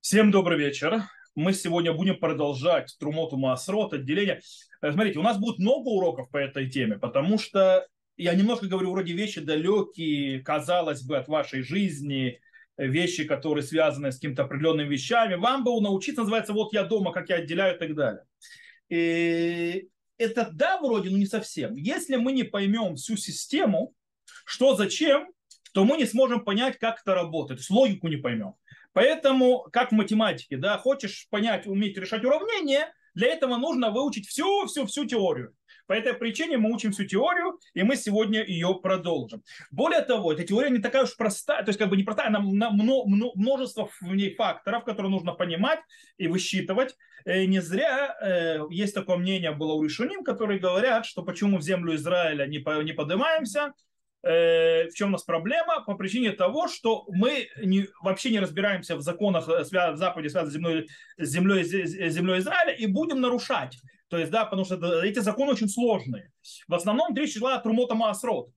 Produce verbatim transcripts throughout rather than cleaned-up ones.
Всем добрый вечер. Мы сегодня будем продолжать Трумот Умаасрот, отделение. Э, Смотрите, у нас будет много уроков по этой теме, потому что я немножко говорю вроде вещи далекие, казалось бы, от вашей жизни, э, вещи, которые связаны с какими-то определенными вещами. Вам бы научиться, называется, вот я дома, как я отделяю и так далее. И это да, вроде, но не совсем. Если мы не поймем всю систему, что зачем, то мы не сможем понять, как это работает. То есть логику не поймем. Поэтому, как в математике, да, хочешь понять, уметь решать уравнения, для этого нужно выучить всю, всю, всю теорию. По этой причине мы учим всю теорию, и мы сегодня ее продолжим. Более того, эта теория не такая уж простая, то есть как бы не простая, она на множество в ней факторов, которые нужно понимать и высчитывать. И не зря э, есть такое мнение было у Ришуним, которые говорят, что почему в землю Израиля не, по, не поднимаемся. В чем у нас проблема? По причине того, что мы не, вообще не разбираемся в законах в Западе, связанных с землей, с землей, с землей Израиля, и будем нарушать. То есть, да, потому что эти законы очень сложные. В основном речь шла о Трумота Маасрот.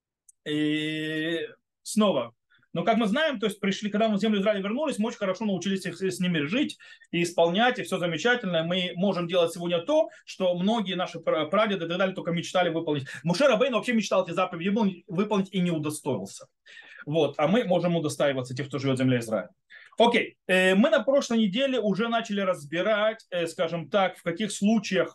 И снова, но как мы знаем, то есть пришли, когда мы в землю Израиля вернулись, мы очень хорошо научились их, с ними жить и исполнять, и все замечательно. Мы можем делать сегодня то, что многие наши прадеды и так далее только мечтали выполнить. Муше Рабейну вообще мечтал эти заповеди выполнить и не удостоился. Вот. А мы можем удостаиваться тех, кто живет в земле Израиля. Окей, мы на прошлой неделе уже начали разбирать, скажем так, в каких случаях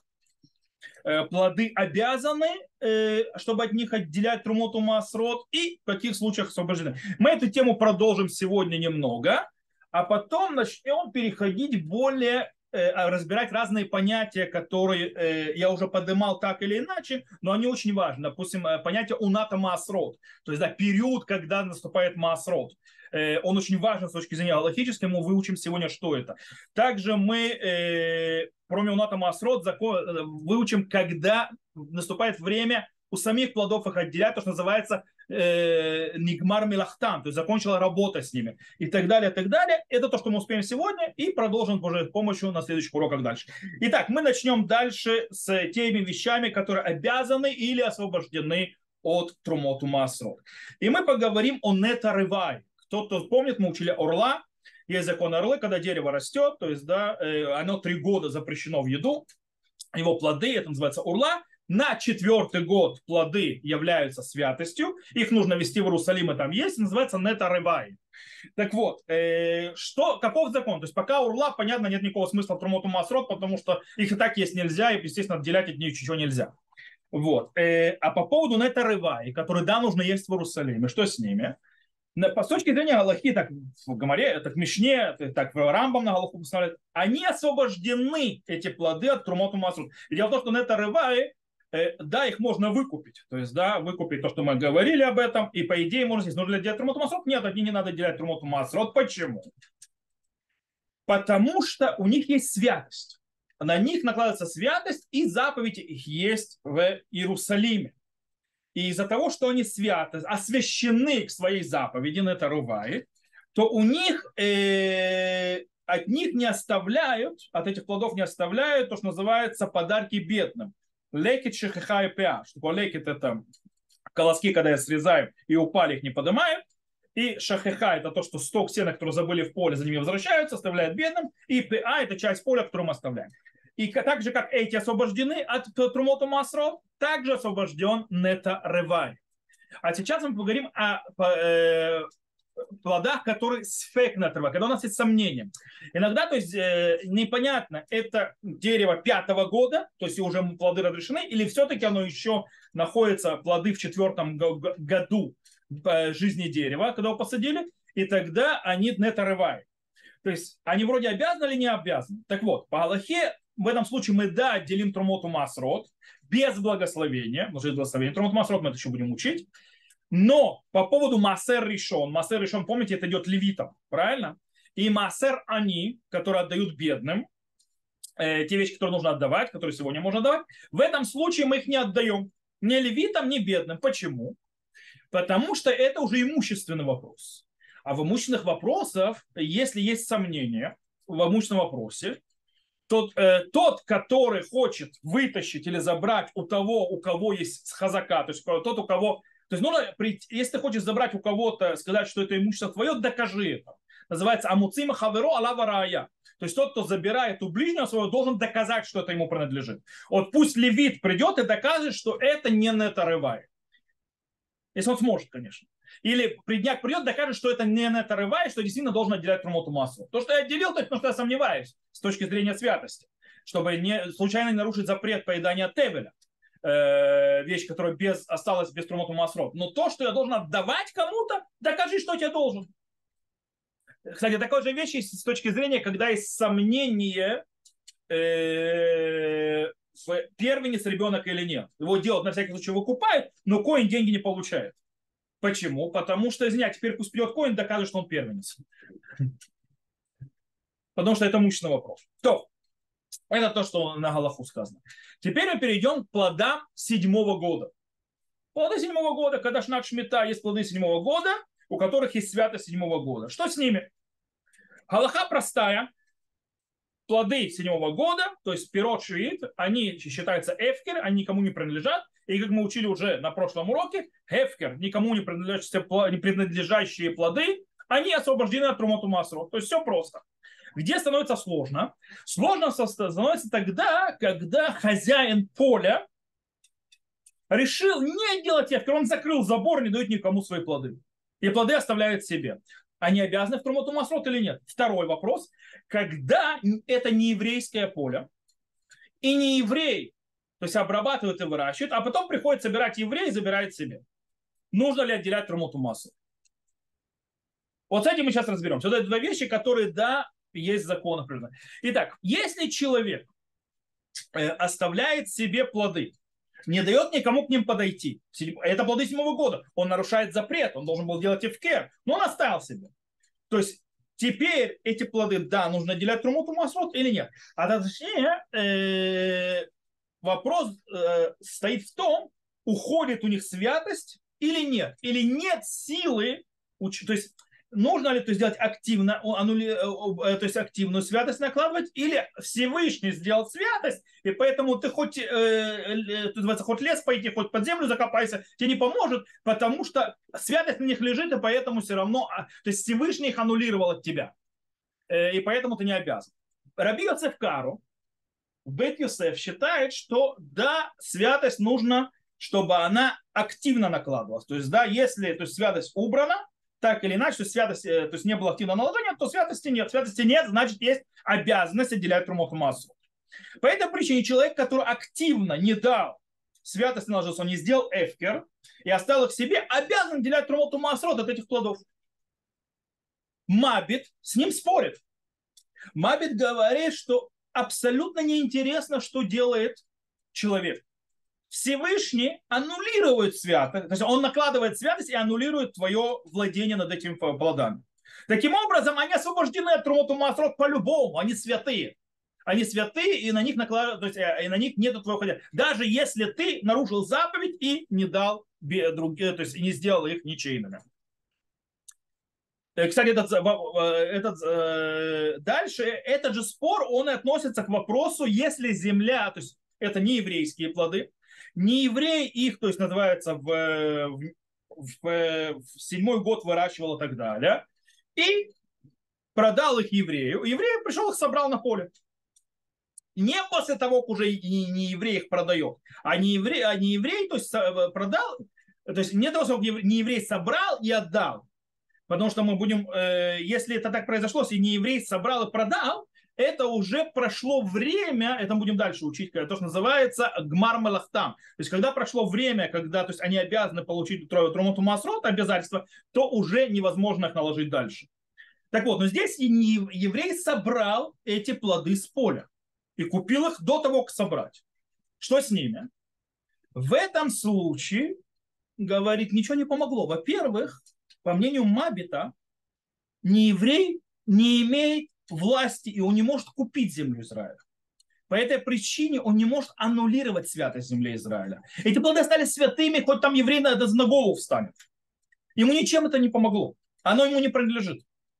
плоды обязаны, чтобы от них отделять Трумот Умаасрот, и в каких случаях освобождены. Мы эту тему продолжим сегодня немного, а потом начнем переходить более, разбирать разные понятия, которые я уже поднимал так или иначе, но они очень важны. Допустим, понятие Уната Маасрот, то есть да, период, когда наступает Маасрот. Он очень важен с точки зрения галахической, мы выучим сегодня, что это. Также мы, кроме Уната Маасрот, выучим, когда наступает время у самих плодов их отделять, то, что называется Нигмар Милахтам, то есть закончила работа с ними, и так далее, и так далее. Это то, что мы успеем сегодня, и продолжим уже с помощью на следующих уроках дальше. Итак, мы начнем дальше с теми вещами, которые обязаны или освобождены от Трумот Умаасрот. И мы поговорим о Нетарывай. Кто-то помнит, мы учили орла. Есть закон орлы, когда дерево растет, то есть да, оно три года запрещено в еду. Его плоды, это называется орла. На четвертый год плоды являются святостью. Их нужно везти в Иерусалим, и там есть, называется нетарывай. Так вот, э, что, каков закон? То есть пока урла, понятно, нет никакого смысла в Трумот Умаасрот, потому что их и так есть нельзя, и, естественно, отделять от них ничего нельзя. Вот. Э, а по поводу нетарывай, которые, да, нужно есть в Иерусалиме, что с ними? С точки зрения Галахи, так в Гамаре, так в Мишне, так в Рамбам на Галаху постановляют, они освобождены, эти плоды, от Трумот Умаасрот. И дело в том, что нетарывай, да, их можно выкупить. То есть, да, выкупить то, что мы говорили об этом, и по идее можно здесь. Нужно делать Трумот Умаасрот? Нет, от них не надо делать Трумот Умаасрот. Почему? Потому что у них есть святость. На них накладывается святость, и заповеди их есть в Иерусалиме. И из-за того, что они святы, освящены к своей заповеди, нетарывай, то у них, э, от них не оставляют, от этих плодов не оставляют то, что называется подарки бедным. Лекит шехеха и пиа. Что такое лекит? Это колоски, когда я срезаю и упали, их не поднимают. И шахеха — это то, что сток сена, которые забыли в поле, за ними возвращаются, оставляют бедным. И пиа — это часть поля, которую мы оставляем. И так же, как эти освобождены от Трумот Умаасрот, также освобожден нетарывай. А сейчас мы поговорим о э, плодах, которые сфек нетарывай, когда у нас есть сомнения. Иногда, то есть, э, непонятно, это дерево пятого года, то есть уже плоды разрешены, или все-таки оно еще находится, плоды в четвертом году жизни дерева, когда его посадили, и тогда они нетарывай. То есть они вроде обязаны или не обязаны. Так вот, по Галахе в этом случае мы, да, отделим Трумот Умаасрот без благословения, потому что есть благословение. Трумот Умаасрот мы это еще будем учить. Но по поводу Маасер Ришон, Маасер Ришон, помните, это идет левитам, правильно? И Маасер Ани, которые отдают бедным, э, те вещи, которые нужно отдавать, которые сегодня можно отдавать, в этом случае мы их не отдаем. Ни левитам, ни бедным. Почему? Потому что это уже имущественный вопрос. А в имущественных вопросах, если есть сомнения в имущественном вопросе, тот, э, тот, который хочет вытащить или забрать у того, у кого есть хазака, то есть тот, у кого... То есть, нужно, если ты хочешь забрать у кого-то, сказать, что это имущество твое, докажи это. называется амуцима хаверо алава раая. То есть тот, кто забирает у ближнего своего, должен доказать, что это ему принадлежит. Вот пусть левит придет и докажет, что это не нетарывай. Если он сможет, конечно. Или предняк придет, докажет, что это не нетарывай, что действительно должен отделять трумоту массу. То, что я отделил, то есть, потому что я сомневаюсь с точки зрения святости, чтобы не, случайно не нарушить запрет поедания тевеля. Э, вещь, которая без, осталась без трумоту массрот. Но то, что я должен отдавать кому-то, докажи, что я должен. Кстати, такой же вещь есть с точки зрения, когда есть сомнение, э, в первенец ребенок или нет. Его делают на всякий случай выкупают, но коин деньги не получает. Почему? Потому что, извиняюсь, теперь пусть придет коин, докажет, что он первенец. Потому что это имущественный вопрос. То, это то, что на Галаху сказано. Теперь мы перейдем к плодам седьмого года. Плоды седьмого года, когда шнат шмита, есть плоды седьмого года, у которых есть святость седьмого года. Что с ними? Галаха простая. Плоды седьмого года, то есть пирот шиит, они считаются эфкер, они никому не принадлежат. И как мы учили уже на прошлом уроке, эфкер, никому не принадлежащие, не принадлежащие плоды, они освобождены от трумоту масрот. То есть все просто. Где становится сложно? Сложно становится тогда, когда хозяин поля решил не делать эфкер, он закрыл забор, не дает никому свои плоды. И плоды оставляет себе. Они обязаны в трумоту масрот или нет? Второй вопрос. Когда это не еврейское поле, и не еврей, то есть обрабатывает и выращивает, а потом приходит собирать еврей и забирает себе. Нужно ли отделять трумоту массу? Вот с этим мы сейчас разберемся. Вот это две вещи, которые, да, есть закон. Итак, если человек оставляет себе плоды, не дает никому к ним подойти. Это плоды седьмого года. Он нарушает запрет. Он должен был делать эфкер. Но он оставил себе. То есть теперь эти плоды, да, нужно отделять трумуту масрот или нет. А точнее, э, вопрос э, стоит в том, уходит у них святость или нет. Или нет силы, то есть нужно ли это сделать активно, аннули, то есть активную святость накладывать, или Всевышний сделал святость, и поэтому ты хоть, э, хоть лес пойти, хоть под землю закопайся, тебе не поможет, потому что святость на них лежит, и поэтому все равно, то есть Всевышний их аннулировал от тебя, и поэтому ты не обязан. Раби Йосеф Кару, Бет Йосеф считает, что да, святость нужно, чтобы она активно накладывалась. То есть, да, если то есть, святость убрана, так или иначе, то есть, святость, то есть не было активного наложения, то святости нет. Святости нет, значит, есть обязанность отделять трумот массу. По этой причине человек, который активно не дал святость наложился, он не сделал эфкер и оставил их себе, обязан отделять трумот массу от этих плодов. Мабит с ним спорит. Мабит говорит, что абсолютно неинтересно, что делает человек. Всевышний аннулирует святость, то есть он накладывает святость и аннулирует твое владение над этими плодами. Таким образом, они освобождены от трумоту масрот по-любому, они святые. Они святые, и на них, наклад... то есть, и на них нет твоего хозяина. Даже если ты нарушил заповедь и не дал, то есть и не сделал их ничейными. Кстати, этот, этот, дальше этот же спор, он и относится к вопросу, если земля, то есть это не еврейские плоды, не еврей их, то есть называется в, в, в, в седьмой год выращивал и так далее, и продал их еврею. Еврей пришел их собрал на поле. Не после того, как уже не еврей их продает, а не еврей, а не еврей то есть продал, то есть не того, что не еврей собрал и отдал. Потому что мы будем, если это так произошло, если не еврей собрал и продал, это уже прошло время, это мы будем дальше учить, то, что называется гмар мелахтам. То есть, когда прошло время, когда то есть, они обязаны получить трумоту масрот, обязательства, то уже невозможно их наложить дальше. Так вот, но здесь еврей собрал эти плоды с поля и купил их до того, как собрать. Что с ними? В этом случае, говорит, ничего не помогло. Во-первых, по мнению Мабита, не еврей не имеет власти, и он не может купить землю Израиля. По этой причине он не может аннулировать святость земли Израиля. Эти плоды стали святыми, хоть там еврей на, на голову встанет. Ему ничем это не помогло. Оно ему не принадлежит.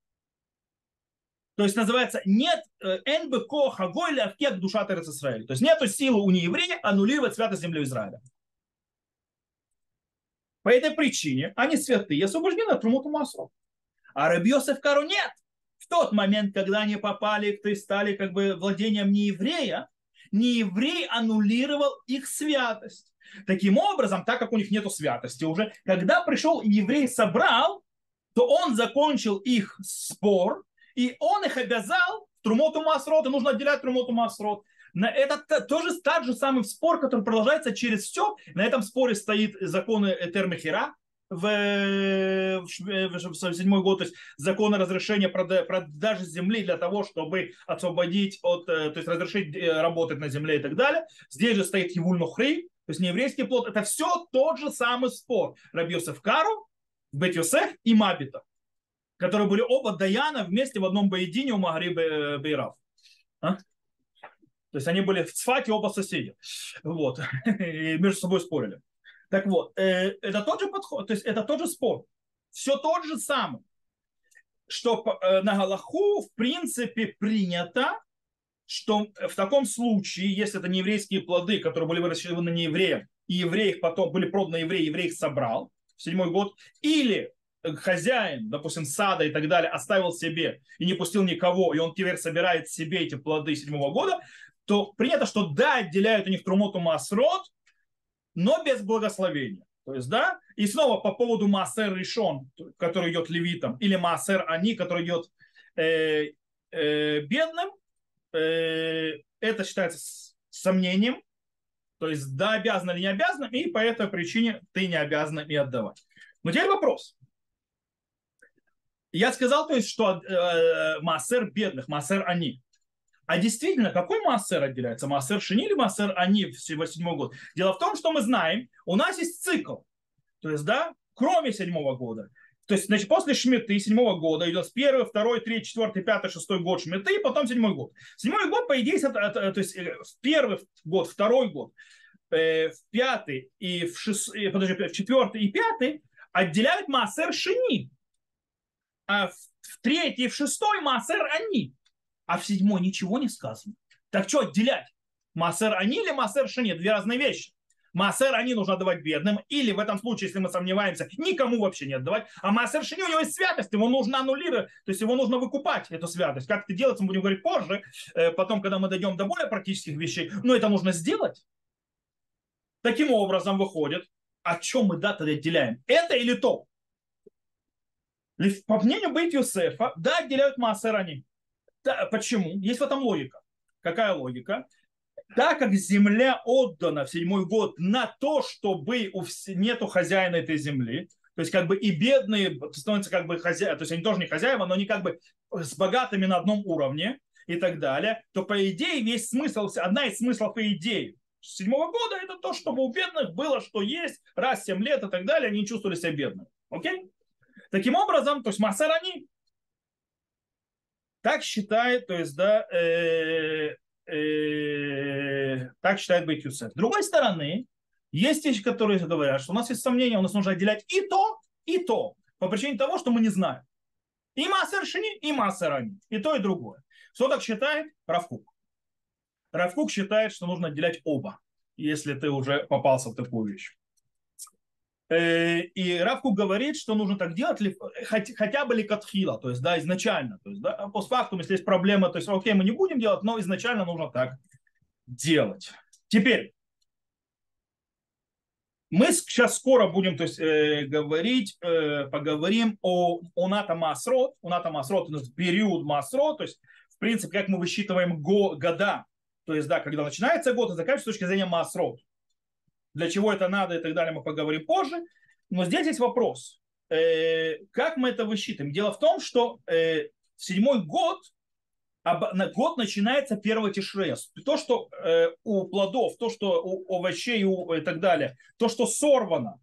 То есть называется нет энбеко хагой лавкек душа терец Израиля. То есть нет силы у нееврея аннулировать святость земли Израиля. По этой причине они святые, освобождены от трумот масрот. А Раби Йосеф Кару нет. В тот момент, когда они попали, то есть стали как бы владением нееврея, нееврей аннулировал их святость. Таким образом, так как у них нет святости уже, когда пришел еврей собрал, то он закончил их спор, и он их обязал в Трумоту Маасрот, и нужно отделять Трумоту Маасрот. На этот тоже тот же самый спор, который продолжается через все. На этом споре стоит законы Этер-Мехира в, в, в, в седьмой год, то есть законы разрешения продажи земли для того, чтобы освободить от, то есть разрешить работать на земле и так далее. Здесь же стоит Евуль Нухри, то есть нееврейский плод. Это все тот же самый спор. Раби Йосеф Кару, Бет Йосеф и Мабита, которые были оба Даяна вместе в одном боедине у Магари Бейрав. А? То есть они были в Цфате оба соседи. Вот. И между собой спорили. Так вот, э, это тот же подход, то есть это тот же спор. Все тот же самый. Что э, на Галаху в принципе принято, что в таком случае, если это не еврейские плоды, которые были выращены на неевреях, и евреи их потом были проданы евреи, еврей их собрал в седьмой год, или хозяин, допустим, сада и так далее, оставил себе и не пустил никого, и он теперь собирает себе эти плоды седьмого года, то принято, что да, отделяют у них Трумоту Маасрот, но без благословения. То есть, да, и снова по поводу Маасер Ришон, который идет левитам, или Маасер Ани, который идет э, э, бедным, э, это считается сомнением. То есть, да, обязан или не обязан, и по этой причине ты не обязан и отдавать. Но теперь вопрос. Я сказал, то есть, что э, Маасер бедных, Маасер Ани. А действительно, какой Маасер отделяется? Маасер Шини или Маасер Ани в седьмой год? Дело в том, что мы знаем, у нас есть цикл. То есть, да, кроме седьмого года. То есть, значит, после Шмиты седьмого года идет первый, второй, третий, четвертый, пятый, шестой год Шмиты, и потом седьмой год. Седьмой год, по идее, это, это, то есть, в первый год, второй год, э, в пятый и в, шест... подожди, в четвертый и пятый отделяют Маасер Шини. А в, в третий и в шестой Маасер Ани. А в седьмой ничего не сказано. Так что отделять? Маасер Ани или Маасер Шини? Две разные вещи. Маасер Ани нужно отдавать бедным, или в этом случае, если мы сомневаемся, никому вообще не отдавать. А Маасер Шини, у него есть святость, его нужно аннулировать, то есть его нужно выкупать, эту святость. Как это делается, мы будем говорить позже, потом, когда мы дойдем до более практических вещей. Но это нужно сделать. Таким образом выходит, о чем мы да-то отделяем? Это или то? По мнению Бейт Йосефа, да, отделяют Маасер Ани. Да, почему? Есть в этом логика. Какая логика? Так как земля отдана в седьмой год на то, чтобы у вс... нету хозяина этой земли, то есть как бы и бедные становятся как бы хозяева, то есть они тоже не хозяева, но они как бы с богатыми на одном уровне и так далее, то по идее весь смысл, одна из смыслов и идей седьмого года это то, чтобы у бедных было что есть, раз в семь лет и так далее, они не чувствовали себя бедными. Окей? Таким образом, то есть Маасер Ани так считает, то есть, да, э, э, так считает Бейт Йосеф. С другой стороны, есть вещи, которые говорят, что у нас есть сомнения, у нас нужно отделять и то, и то, по причине того, что мы не знаем. И Маасер Шини, и Маасер Ани, и то, и другое. Кто так считает? Рав Кук. Рав Кук считает, что нужно отделять оба, если ты уже попался в такую вещь. И Рав Кук говорит, что нужно так делать хотя бы ликатхила, то есть, да, изначально. То есть, да, постфактум, если есть проблема, то есть, окей, мы не будем делать, но изначально нужно так делать. Теперь, мы сейчас скоро будем, то есть, э, говорить, э, поговорим о Уната Маасрот. Уната Маасрот, то есть, период Маасрот, то есть, в принципе, как мы высчитываем го, года. То есть, да, когда начинается год и заканчивается с точки зрения Маасрот. Для чего это надо и так далее, мы поговорим позже. Но здесь есть вопрос. Э, как мы это высчитываем? Дело в том, что э, седьмой год, год начинается первого Тишрея. То, что э, у плодов, то, что у овощей у, и так далее, то, что сорвано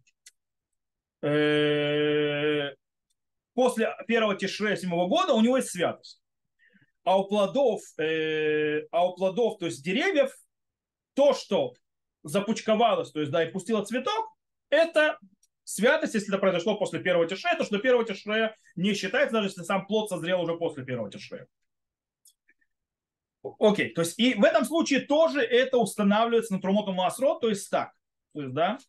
э, после первого Тишрея седьмого года, у него есть святость. А у плодов, э, а у плодов, то есть деревьев, то, что запучковалось, то есть, да, и пустило цветок, это святость, если это произошло после первого тишрея, то что первого тишрея не считается, даже если сам плод созрел уже после первого тишрея. Окей, то есть, и в этом случае тоже это устанавливается на Трумоту Маасрот, то есть так. То есть, да.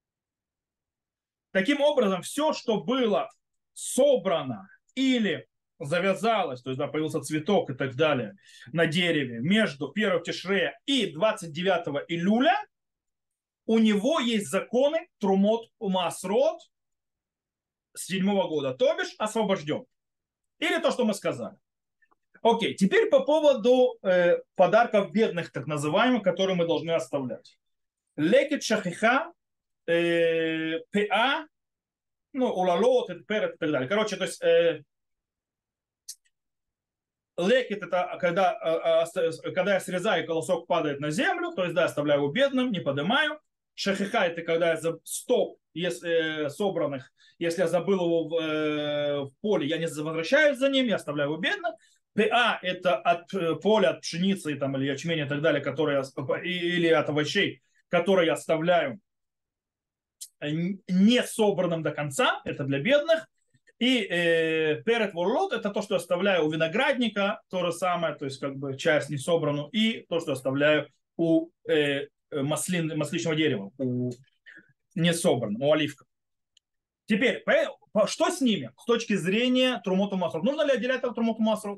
Таким образом, все, что было собрано или завязалось, то есть да, появился цветок и так далее на дереве между первым Тишре и двадцать девятого июля, у него есть законы Трумот Умасрот с седьмого года, то бишь освобожден. Или то, что мы сказали. Окей, теперь по поводу э, подарков бедных, так называемых, которые мы должны оставлять. Лекет шахиха, э, па, ну, улалот, перет и так далее. Короче, то есть э, лекет это когда, э, э, когда я срезаю, колосок падает на землю, то есть да, оставляю его бедным, не поднимаю. Шахиха это когда я за стоп если, э, собранных, если я забыл его в, э, в поле, я не возвращаюсь за ним, я оставляю его бедным. ПА это от э, поля, от пшеницы там, или ячменя и так далее, которые, или от овощей, которые я оставляю не собранным до конца, это для бедных. И э, перед ворлот это то, что оставляю у виноградника, то же самое, то есть как бы часть не собранную, и то, что оставляю у э, маслин, масличного дерева, у не собранного, у оливка. Теперь, что с ними с точки зрения Трумоту Масрот? Нужно ли отделять от Трумоту Масрот?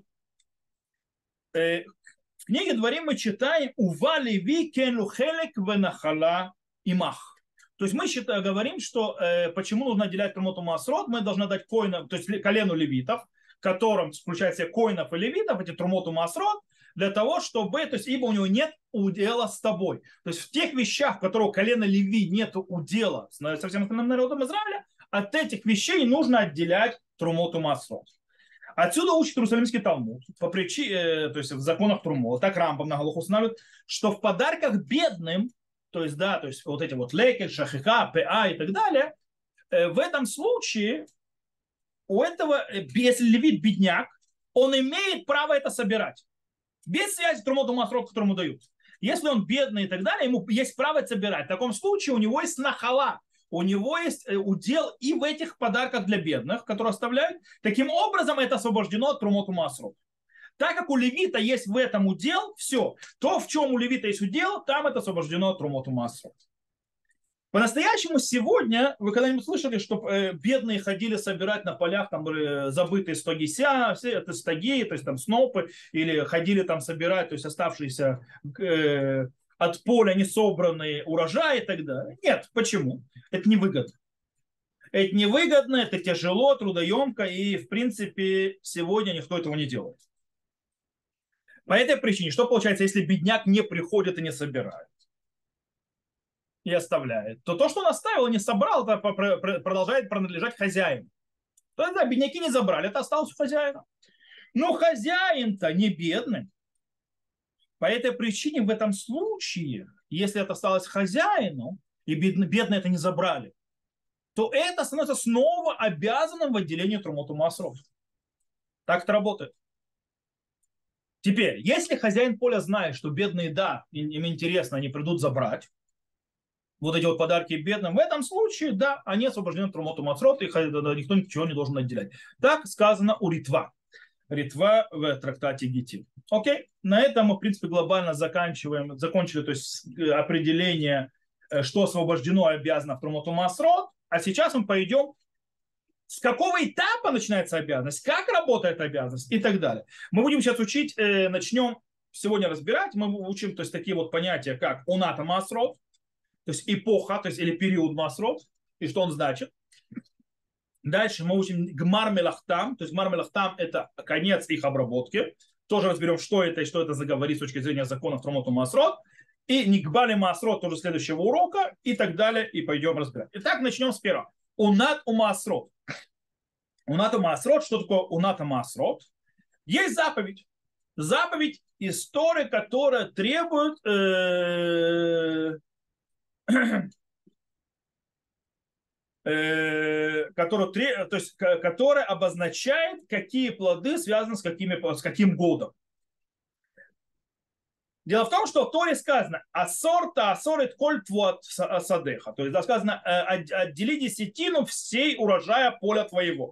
В книге Дворим мы читаем «Ува леви кен лухелек венахала имах». То есть мы считаем, говорим, что э, почему нужно отделять Трумоту Масрот, мы должны дать коинам, то есть колену левитов, которым включает в себя коинов и левитов, эти Трумоту Масрот, для того, чтобы, то есть ибо у него нет удела с тобой. То есть в тех вещах, в которых колено Леви нет удела со всем остальным народом Израиля, от этих вещей нужно отделять Трумоту Масрот. Отсюда учит Иерусалимский Талмуд, по причине, то есть в законах Трумот, так Рамбам на Галаху устанавливает, что в подарках бедным, то есть, да, то есть вот эти вот лекель, шахиха, па и так далее, в этом случае у этого, если левит бедняк, он имеет право это собирать. Без связи с Трумоту Масрот, которому дают. Если он бедный и так далее, ему есть право это собирать. В таком случае у него есть нахала, у него есть удел и в этих подарках для бедных, которые оставляют. Таким образом, это освобождено от Трумоту Масрот. Так как у левита есть в этом удел, все. То, в чем у левита есть удел, там это освобождено от Трумоту Масрот. По-настоящему сегодня, вы когда-нибудь слышали, что э, бедные ходили собирать на полях там э, забытые стогися, все это стаги, то есть там снопы, или ходили там собирать, то есть оставшиеся э, от поля несобранные урожаи и так далее. Нет, почему? Это невыгодно. Это невыгодно, это тяжело, трудоемко, и в принципе сегодня никто этого не делает. По этой причине, что получается, если бедняк не приходит и не собирает? И оставляет, то то, что он оставил и не собрал, это продолжает принадлежать хозяину. То есть, да, бедняки не забрали, это осталось у хозяина. Но хозяин-то не бедный. По этой причине в этом случае, если это осталось хозяину, и бедные это не забрали, то это становится снова обязанным в отделении Трумоту Масрот. Так это работает. Теперь, если хозяин поля знает, что бедные, да, им интересно, они придут забрать, вот эти вот подарки бедным, в этом случае, да, они освобождены от Трумоту Масрот, и никто ничего не должен отделять. Так сказано у Ритва. Ритва в трактате Гитин. Окей, на этом мы, в принципе, глобально заканчиваем, закончили, то есть определение, что освобождено и обязано в Трумоту Масрот, а сейчас мы пойдем, с какого этапа начинается обязанность, как работает обязанность и так далее. Мы будем сейчас учить, начнем сегодня разбирать, мы учим, то есть такие вот понятия, как уната Масрот, то есть эпоха, то есть или период Масрот, и что он значит. Дальше мы учим Гмар Мелахтам, то есть Гмар Мелахтам это конец их обработки. Тоже разберем, что это и что это заговорит с точки зрения законов Трумоту Масрот. И Никбали Масрот тоже следующего урока и так далее. И пойдем разбирать. Итак, начнем с первого. Унат у Масрот. Унат у Масрот. Что такое Унат у Масрот? Есть заповедь. Заповедь истории, которая требует... Э- Который, то есть, которая обозначает, какие плоды связаны с, какими, с каким годом. Дело в том, что в Торе сказано «Асор-та асорит коль твуат садеха». То есть сказано «Отдели десятину всей урожая поля твоего».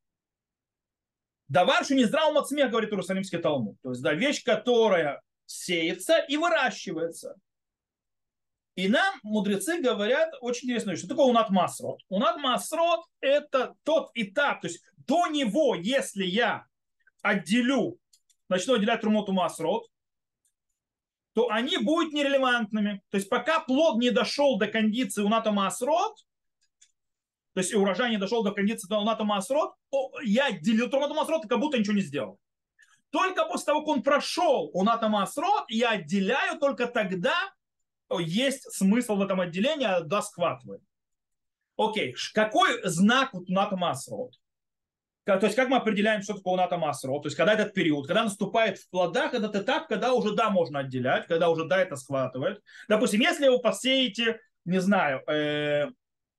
Даваршу не здрав мацмех, говорит Иерусалимский Талмуд. То есть да, вещь, которая сеется и выращивается. И нам мудрецы говорят очень интересную вещь. Что такое унат масрот? Унат масрот – это тот этап, то есть до него, если я отделю, начну отделять трумот умасрот, то они будут нерелевантными. То есть пока плод не дошел до кондиции уната масрот, то есть урожай не дошел до кондиции уната масрот, я отделил трумот масрот и как будто ничего не сделал. Только после того, как он прошел уната масрот, я отделяю, только тогда есть смысл в этом отделении, а да, схватывает. Окей, какой знак уната масрот? То есть как мы определяем, что такое уната масрот? То есть когда этот период, когда наступает в плодах, этот этап, когда уже да, можно отделять, когда уже да, это схватывает. Допустим, если вы посеете, не знаю, э,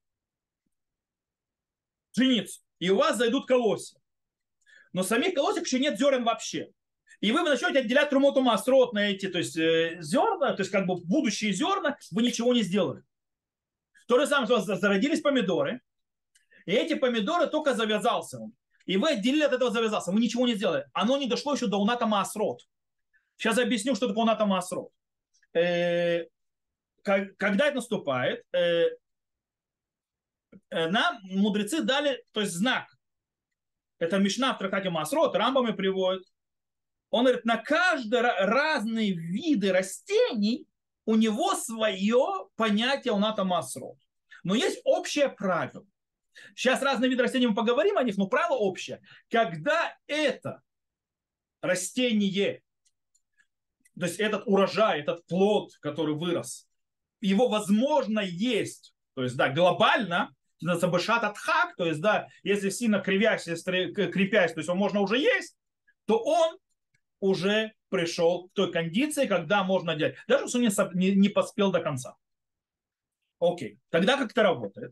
пшеницу, и у вас зайдут колосья, но самих колосьев еще нет зерен вообще. И вы начнете отделять трумоту масрот на эти, то есть э, зерна, то есть как бы будущие зерна, вы ничего не сделали. То же самое, у вас зародились помидоры, и эти помидоры только завязался он. И вы отделили от этого завязался. Вы ничего не сделали. Оно не дошло еще до уната масрот. Сейчас я объясню, что такое уната масрот. Э, когда это наступает, э, нам мудрецы дали, то есть знак. Это Мишна в трактате Масрот, Рамбами приводит. Он говорит, на каждые разные виды растений у него свое понятие уната масрот. Но есть общее правило. Сейчас разные виды растений мы поговорим о них, но правило общее. Когда это растение, то есть этот урожай, этот плод, который вырос, его возможно есть, то есть да, глобально, забышат от хак, то есть да, если сильно кривясь, если крепясь, то есть он можно уже есть, то он уже пришел к той кондиции, когда можно делать, даже если он не, не поспел до конца. Окей, тогда как это работает?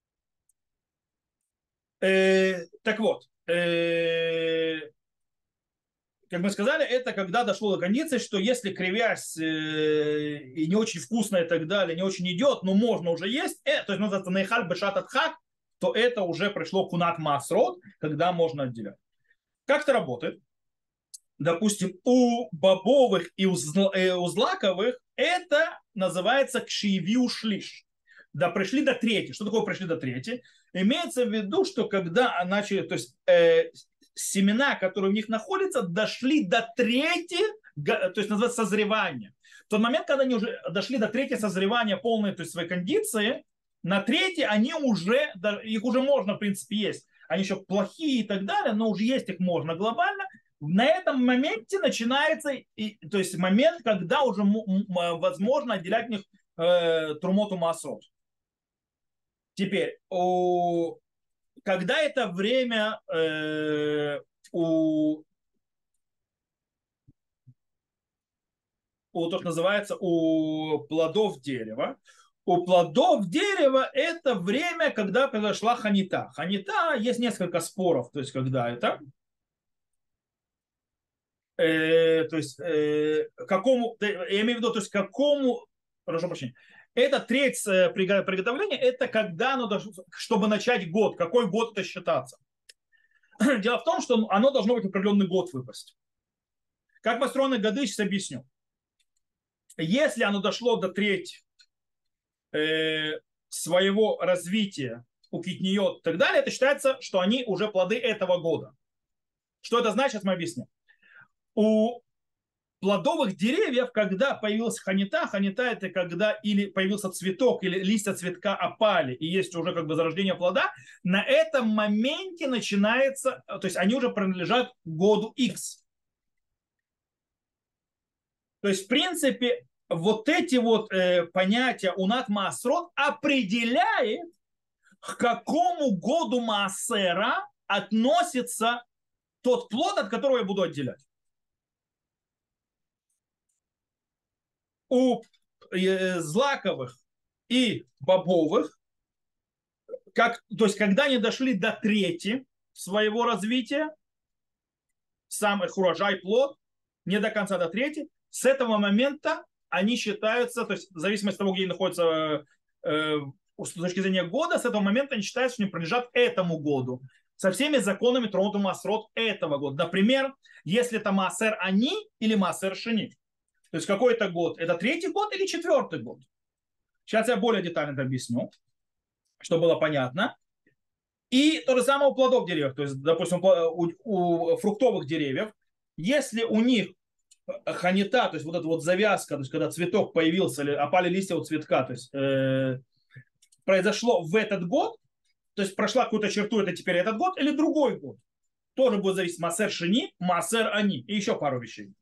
Э, так вот, э, как мы сказали, это когда дошло до кондиции, что если кривясь э, и не очень вкусно и так далее, не очень идет, но можно уже есть, э, то есть называется нейхаль бешат атхак, то это уже пришло кунат масрот, когда можно отделять. Как это работает? Допустим, у бобовых и у злаковых это называется кшиевиу шлиш. Да, пришли до трети. Что такое пришли до трети? Имеется в виду, что когда начали, то есть э, семена, которые в них находятся, дошли до трети, то есть называется созревание. В тот момент, когда они уже дошли до трети созревания полной, то есть своей кондиции, на третьей они уже, их уже можно, в принципе, есть. Они еще плохие и так далее, но уже есть их можно глобально. На этом моменте начинается, то есть момент, когда уже возможно отделять от них э, трумоту масрот. Теперь, у, когда это время э, у, у, то, что называется, у плодов дерева, у плодов дерева это время, когда произошла ханита. Ханита, есть несколько споров, то есть когда это. Э, то есть, э, какому, я имею в виду, то есть какому, прошу прощения, это треть приготовления, это когда оно должно, чтобы начать год, какой год это считаться. Дело в том, что оно должно быть определенный год выпасть. Как построены годы, сейчас объясню. Если оно дошло до трети э, своего развития у китниот и так далее, это считается, что они уже плоды этого года. Что это значит, мы объясним. У плодовых деревьев, когда появилась ханита, ханита это когда или появился цветок, или листья цветка опали, и есть уже как бы зарождение плода, на этом моменте начинается, то есть они уже принадлежат году X. То есть, в принципе, вот эти вот э, понятия унат маасрот определяет, к какому году маасера относится тот плод, от которого я буду отделять. У злаковых и бобовых, как, то есть когда они дошли до трети своего развития, сам их урожай, плод, не до конца до трети, с этого момента они считаются, то есть в зависимости от того, где они находятся э, с точки зрения года, с этого момента они считаются, что они принадлежат этому году. Со всеми законами тронуту масрот этого года. Например, если это маасер ани или маасер шини. То есть какой это год? Это третий год или четвертый год? Сейчас я более детально это объясню, чтобы было понятно. И то же самое у плодов деревьев. То есть, допустим, у, у фруктовых деревьев, если у них ханита, то есть вот эта вот завязка, то есть когда цветок появился, или опали листья у цветка, то есть э, произошло в этот год, то есть прошла какую-то черту, это теперь этот год или другой год. Тоже будет зависеть массер шини, массер они и еще пару вещей.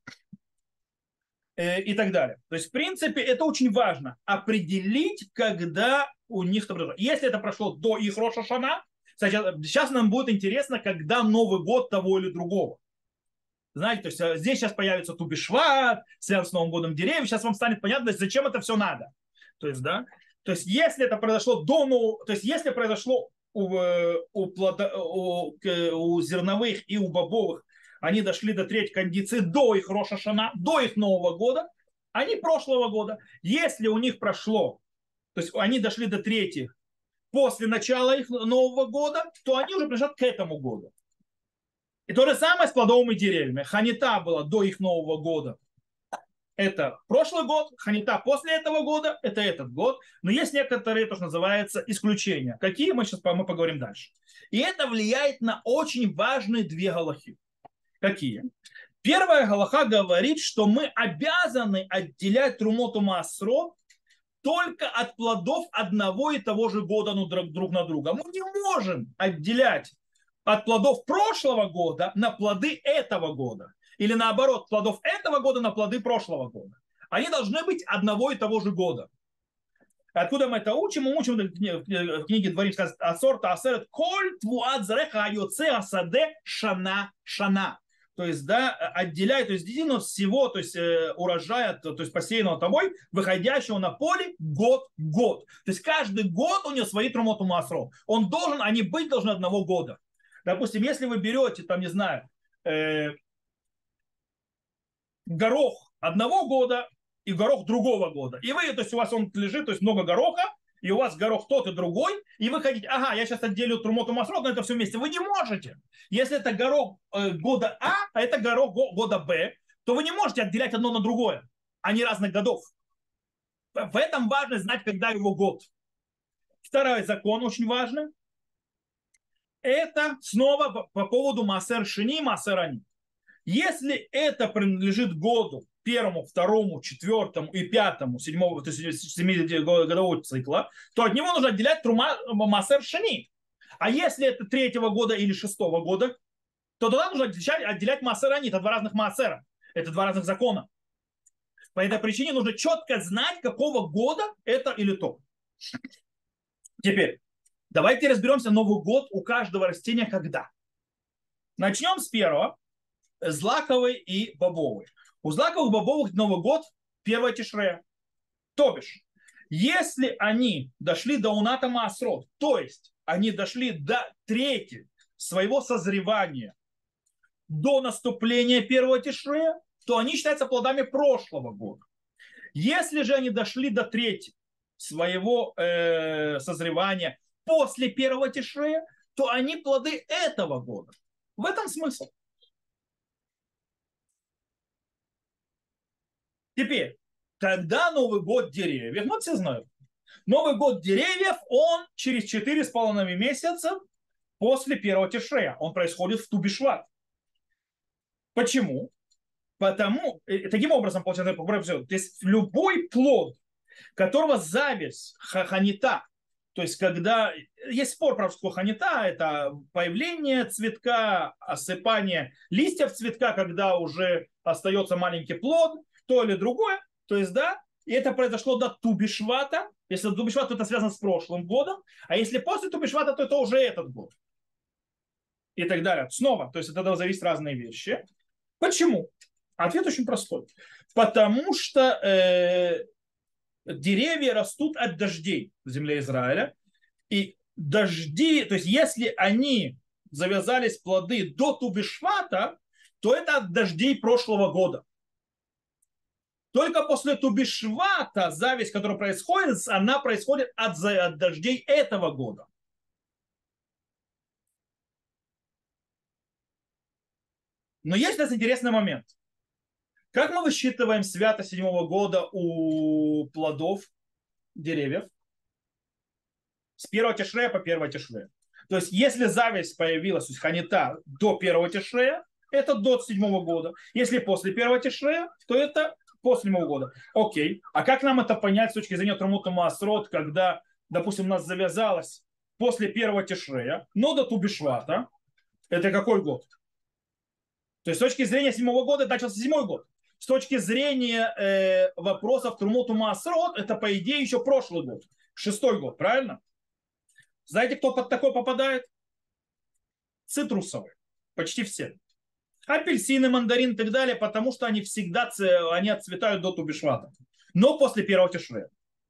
Э, и так далее. То есть, в принципе, это очень важно. Определить, когда у них это произошло. Если это прошло до их Роша Шана, сейчас, сейчас нам будет интересно, когда Новый год того или другого. Знаете, то есть э, здесь сейчас появится Тубишват, связан с Новым годом деревьев, сейчас вам станет понятно, зачем это все надо. То есть, да, то есть если это произошло до Нового, то есть если произошло у, э, у, плода, у, у зерновых и у бобовых, они дошли до третьей кондиции до их Роша Шана, до их Нового года, они прошлого года. Если у них прошло, то есть они дошли до третьей после начала их Нового года, то они уже принадлежат к этому году. И то же самое с плодовыми деревьями. Ханита была до их Нового года. Это прошлый год, ханита после этого года, это этот год. Но есть некоторые, то, что называется, исключения. Какие, мы сейчас мы поговорим дальше. И это влияет на очень важные две галахи. Какие? Первая галаха говорит, что мы обязаны отделять трумоту маасрот только от плодов одного и того же года ну, друг, друг на друга. Мы не можем отделять от плодов прошлого года на плоды этого года. Или наоборот, плодов этого года на плоды прошлого года. Они должны быть одного и того же года. Откуда мы это учим? Мы учим в книге Дворим, сказано, асорта асерет коль твуат зареха айоце асаде шана шана. То есть, да, отделяет, то есть, действительно всего, то есть, э, урожая, то, то есть, посеянного тобой, выходящего на поле год-год. То есть, каждый год у него свои трумоту маасрот. Он должен, они быть должны одного года. Допустим, если вы берете, там, не знаю, э, горох одного года и горох другого года, и вы, то есть у вас он лежит, то есть много гороха, и у вас горох тот и другой, и вы хотите, ага, я сейчас отделю трумоту масрот, но это все вместе. Вы не можете. Если это горох э, года А, а это горох го, года Б, то вы не можете отделять одно на другое. Они разных годов. В этом важно знать, когда его год. Второй закон очень важный. Это снова по, по поводу массер шини, массер ани. Если это принадлежит году первому, второму, четвертому и пятому, седьмому, то есть семидесятигодового цикла, то от него нужно отделять трума массер шини. А если это третьего года или шестого года, то тогда нужно отделять, отделять массер ани. Это два разных массера. Это два разных закона. По этой причине нужно четко знать, какого года это или то. Теперь, давайте разберемся Новый год у каждого растения когда. Начнем с первого. Злаковый и бобовый. У злаковых бобовых Новый год первое тишрея. То бишь, если они дошли до уната маасрот, то есть они дошли до трети своего созревания до наступления первого тишрея, то они считаются плодами прошлого года. Если же они дошли до трети своего э, созревания после первого тишрея, то они плоды этого года. В этом смысл. Теперь, когда Новый год деревьев, ну все знают, Новый год деревьев, он через четыре с половиной месяца после первого тишрея. Он происходит в Тубишват. Почему? Потому, таким образом, получается, то есть любой плод, которого зависть ханита, то есть когда, есть спор про что ханита, это появление цветка, осыпание листьев цветка, когда уже остается маленький плод, то или другое, то есть, да, и это произошло до Тубишвата, если Тубишват, то это связано с прошлым годом, а если после Тубишвата, то это уже этот год. И так далее. Снова, то есть это зависит разные вещи. Почему? Ответ очень простой. Потому что э, деревья растут от дождей в земле Израиля, и дожди, то есть если они завязались плоды до Тубишвата, то это от дождей прошлого года. Только после Тубишвата зависть, которая происходит, она происходит от, от дождей этого года. Но есть у нас интересный момент. Как мы высчитываем святость седьмого года у плодов деревьев? С первого тишрея по первое тишрея. То есть, если зависть появилась, то есть ханита до первого тишрея, это до седьмого года. Если после первого тишрея, то это после седьмого года. Окей. А как нам это понять с точки зрения Трумута Маасрот, когда, допустим, у нас завязалось после первого тишрея, но до Тубишвата, это какой год? То есть с точки зрения седьмого года начался седьмой год. С точки зрения э, вопросов Трумуту Маасрот, это, по идее, еще прошлый год. Шестой год, правильно? Знаете, кто под такой попадает? Цитрусовые. Почти все. Апельсины, мандарины и так далее, потому что они всегда они отцветают до Тубишвата. Но после первого тишрея.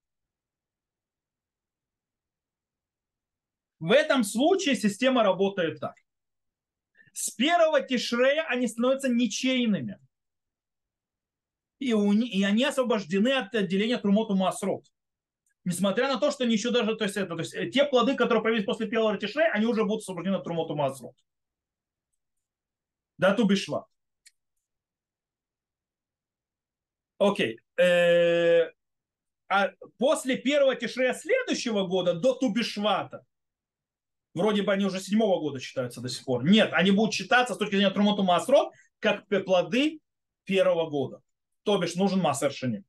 В этом случае система работает так. С первого тишрея они становятся ничейными. И, у, и они освобождены от отделения Трумоту Маасрот. Несмотря на то, что они еще даже, то есть, это, то есть те плоды, которые появились после первого тишрея, они уже будут освобождены от Трумоту Маасрот. До Тубишва. Окей. Э, а после первого тишрея следующего года до Тубишвата, вроде бы они уже седьмого года считаются до сих пор. Нет, они будут считаться с точки зрения Трумоту Маасрот как плоды первого года. То бишь нужен Маасер Шени.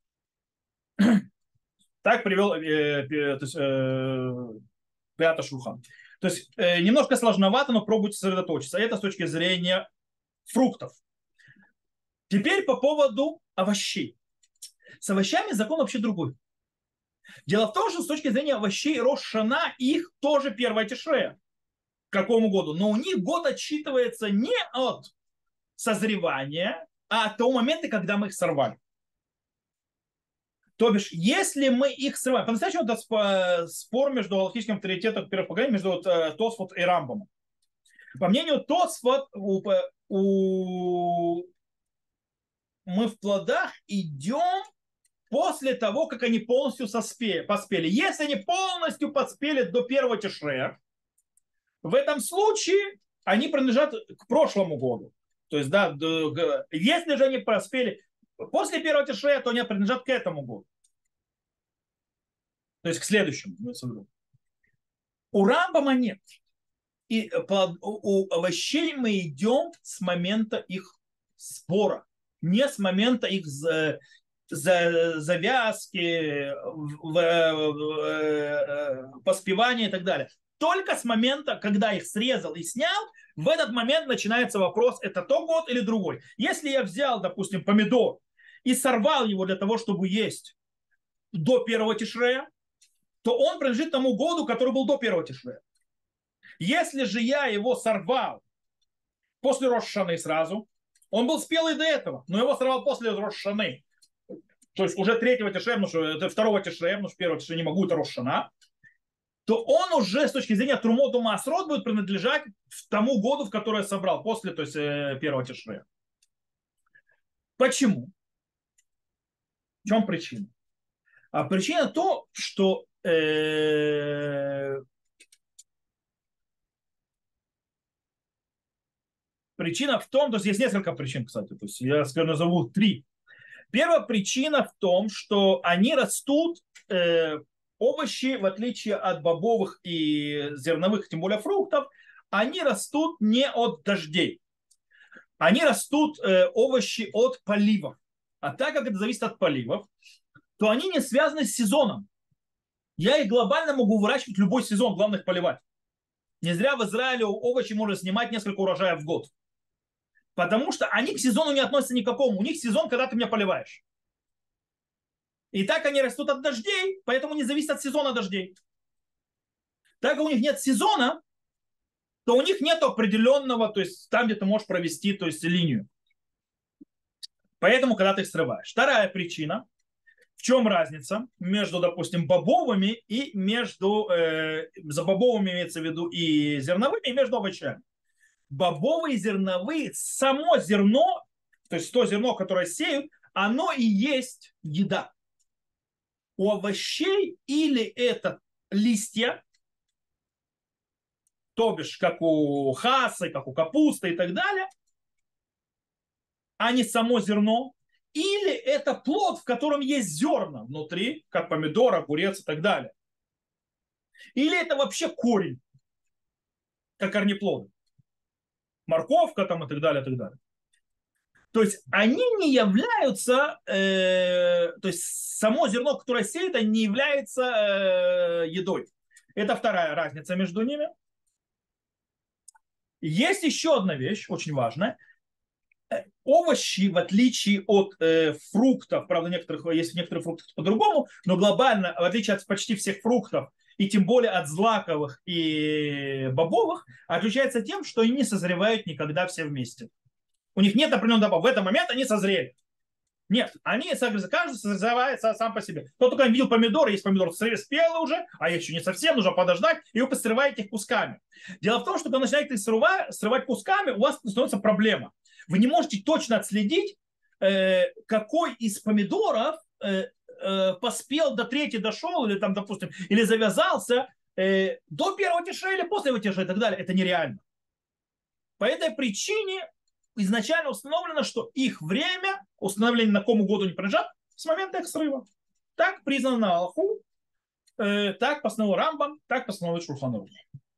Так привел э, э, то есть, э, Пятый Шулхан. То есть э, немножко сложновато, но пробуйте сосредоточиться. Это с точки зрения фруктов. Теперь по поводу овощей. С овощами закон вообще другой. Дело в том, что с точки зрения овощей Рош Шана их тоже первая тишрея. К какому году? Но у них год отсчитывается не от созревания, а от того момента, когда мы их сорвали. То бишь, если мы их срываем, по-настоящему это спор между галахическим авторитетом первых поколений, между вот, Тосфот и Рамбомом. По мнению Тосфот, у, у, мы в плодах идем после того, как они полностью соспели, поспели. Если они полностью поспели до первого тишрея, в этом случае они принадлежат к прошлому году. То есть, да, если же они поспели после первого тишрея, то они принадлежат к этому году. То есть к следующему. У Рамбама нет. И у овощей мы идем с момента их сбора, не с момента их завязки, поспевания и так далее. Только с момента, когда их срезал и снял, в этот момент начинается вопрос, это тот год или другой. Если я взял, допустим, помидор и сорвал его для того, чтобы есть до первого тишрея, то он принадлежит тому году, который был до первого тишрея. Если же я его сорвал после Рош Шаны сразу, он был спелый до этого, но его сорвал после Рош Шаны, то есть уже третьего тишрея, потому что это второго тишрея, потому что первого тишрея не могу, это Рош Шана, то он уже с точки зрения Трумоту Маасрот будет принадлежать тому году, в который я собрал, после то есть, первого тишрея. Почему? В чем причина? А причина то, что э, причина в том, то есть есть несколько причин, кстати, то есть я, скажем, назову три. Первая причина в том, что они растут, э, овощи, в отличие от бобовых и зерновых, тем более фруктов, они растут не от дождей. Они растут, э, овощи, от поливов. А так как это зависит от поливов, то они не связаны с сезоном. Я их глобально могу выращивать в любой сезон, главное их поливать. Не зря в Израиле овощи можно снимать несколько урожаев в год. Потому что они к сезону не относятся никакому. У них сезон, когда ты меня поливаешь. И так они растут от дождей, поэтому не зависит от сезона дождей. Так как у них нет сезона, то у них нет определенного, то есть там, где ты можешь провести, то есть линию. Поэтому, когда ты их срываешь. Вторая причина. В чем разница между, допустим, бобовыми и между, э, за бобовыми имеется в виду и зерновыми, и между овощами. Бобовые и зерновые, само зерно, то есть то зерно, которое сеют, оно и есть еда. У овощей или это листья, то бишь как у хасы, как у капусты и так далее, а не само зерно, или это плод, в котором есть зерна внутри, как помидор, огурец и так далее. Или это вообще корень. как корнеплоды. Морковка там и так далее, и так далее. То есть они не являются, э, то есть само зерно, которое сеет, они не является э, едой. Это вторая разница между ними. Есть еще одна вещь, очень важная. Овощи, в отличие от э, фруктов, правда, некоторых, есть некоторые фрукты по-другому, но глобально, в отличие от почти всех фруктов, и тем более от злаковых и бобовых, отличается тем, что они не созревают никогда все вместе. У них нет определенного добавки. В этот момент они созрели. Нет, они, каждый созревает сам по себе. Кто только видел помидоры, есть помидор спелый уже, а еще не совсем, нужно подождать, и вы посрываете их кусками. Дело в том, что когда начинаете их срывать, срывать кусками, у вас становится проблема. Вы не можете точно отследить, э, какой из помидоров э, э, поспел до третьей, дошел, или там, допустим, или завязался э, до первого тиша или после его тиша и так далее. Это нереально. По этой причине изначально установлено, что их время установления, на какому году они принадлежат, с момента их срыва. Так признано на Аллаху, э, так постановил Рамбам, так постановил Шулхан Арух.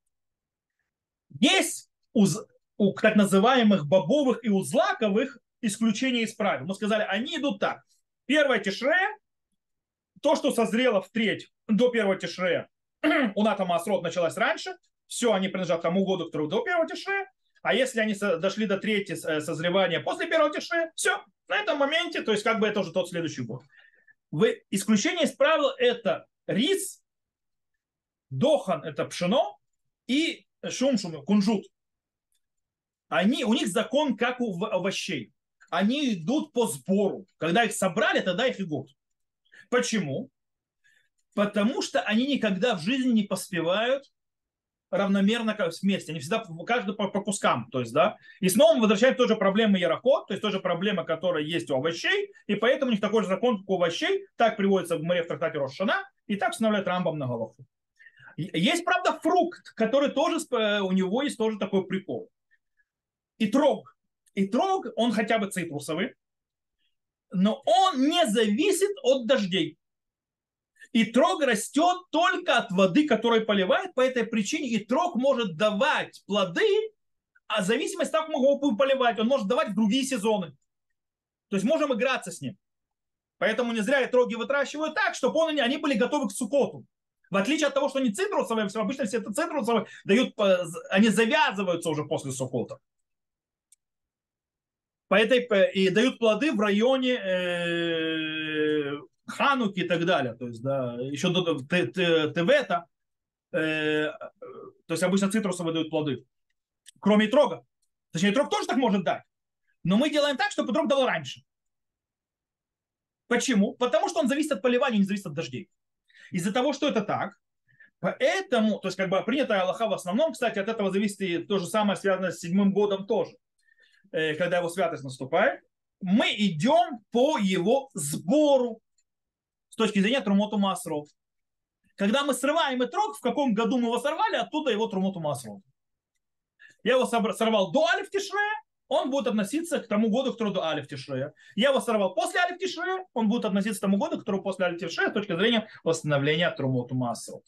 Есть у, у так называемых бобовых и у злаковых исключения из правил. Мы сказали, они идут так. Первое тишрея, то, что созрело в треть до первого тишрея, у Ната Маасрот началось раньше, все, они принадлежат тому году, который до первого тишрея. А если они дошли до третьего созревания после первого тишрея, все, на этом моменте, то есть как бы это уже тот следующий год. Вы, исключение из правил это рис, дохан это пшено и шум-шум, кунжут. Они, у них закон как у овощей. Они идут по сбору. Когда их собрали, тогда их и год. Почему? Потому что они никогда в жизни не поспевают равномерно вместе. Они всегда, каждый по, по кускам. То есть, да? И снова мы возвращаем тоже проблемы яроход, то есть тоже проблема, которая есть у овощей, и поэтому у них такой же закон, как у овощей, так приводится в море в трактате Рош Шана, и так устанавливает Рамбам на Галаху. Есть, правда, фрукт, который тоже, у него есть тоже такой прикол. Итрог. Итрог, он хотя бы цитрусовый, но он не зависит от дождей. Итрог растет только от воды, которую поливает. По этой причине итрог может давать плоды, а в зависимости от того, как мы его будем поливать, он может давать в другие сезоны. То есть можем играться с ним. Поэтому не зря itроги выращивают так, чтобы он, они были готовы к сукоту. В отличие от того, что они цитрусовые, обычно все это цитрусовые, дают, они завязываются уже после сукота. По этой, и дают плоды в районе э, Хануки и так далее. То есть, да, еще до Тевета. Э, то есть обычно цитрусовые дают плоды. Кроме итрога. Точнее, итрог тоже так может дать. Но мы делаем так, чтобы итрог дал раньше. Почему? Потому что он зависит от поливания, не зависит от дождей. Из-за того, что это так, поэтому, то есть как бы принятая Аллаха в основном, кстати, от этого зависит и то же самое связано с седьмым годом тоже. Когда его святость наступает, мы идем по его сбору с точки зрения Трумоту Маасрот. Когда мы срываем итрог, в каком году мы его сорвали, оттуда его Трумоту Маасрот. Я его сорвал до Алиф Тишрея, он будет относиться к тому году, который до Алиф Тишрея. Я его сорвал после Алиф Тишрея, он будет относиться к тому году, который после Алиф Тишрея с точки зрения восстановления Трумоту Маасрот.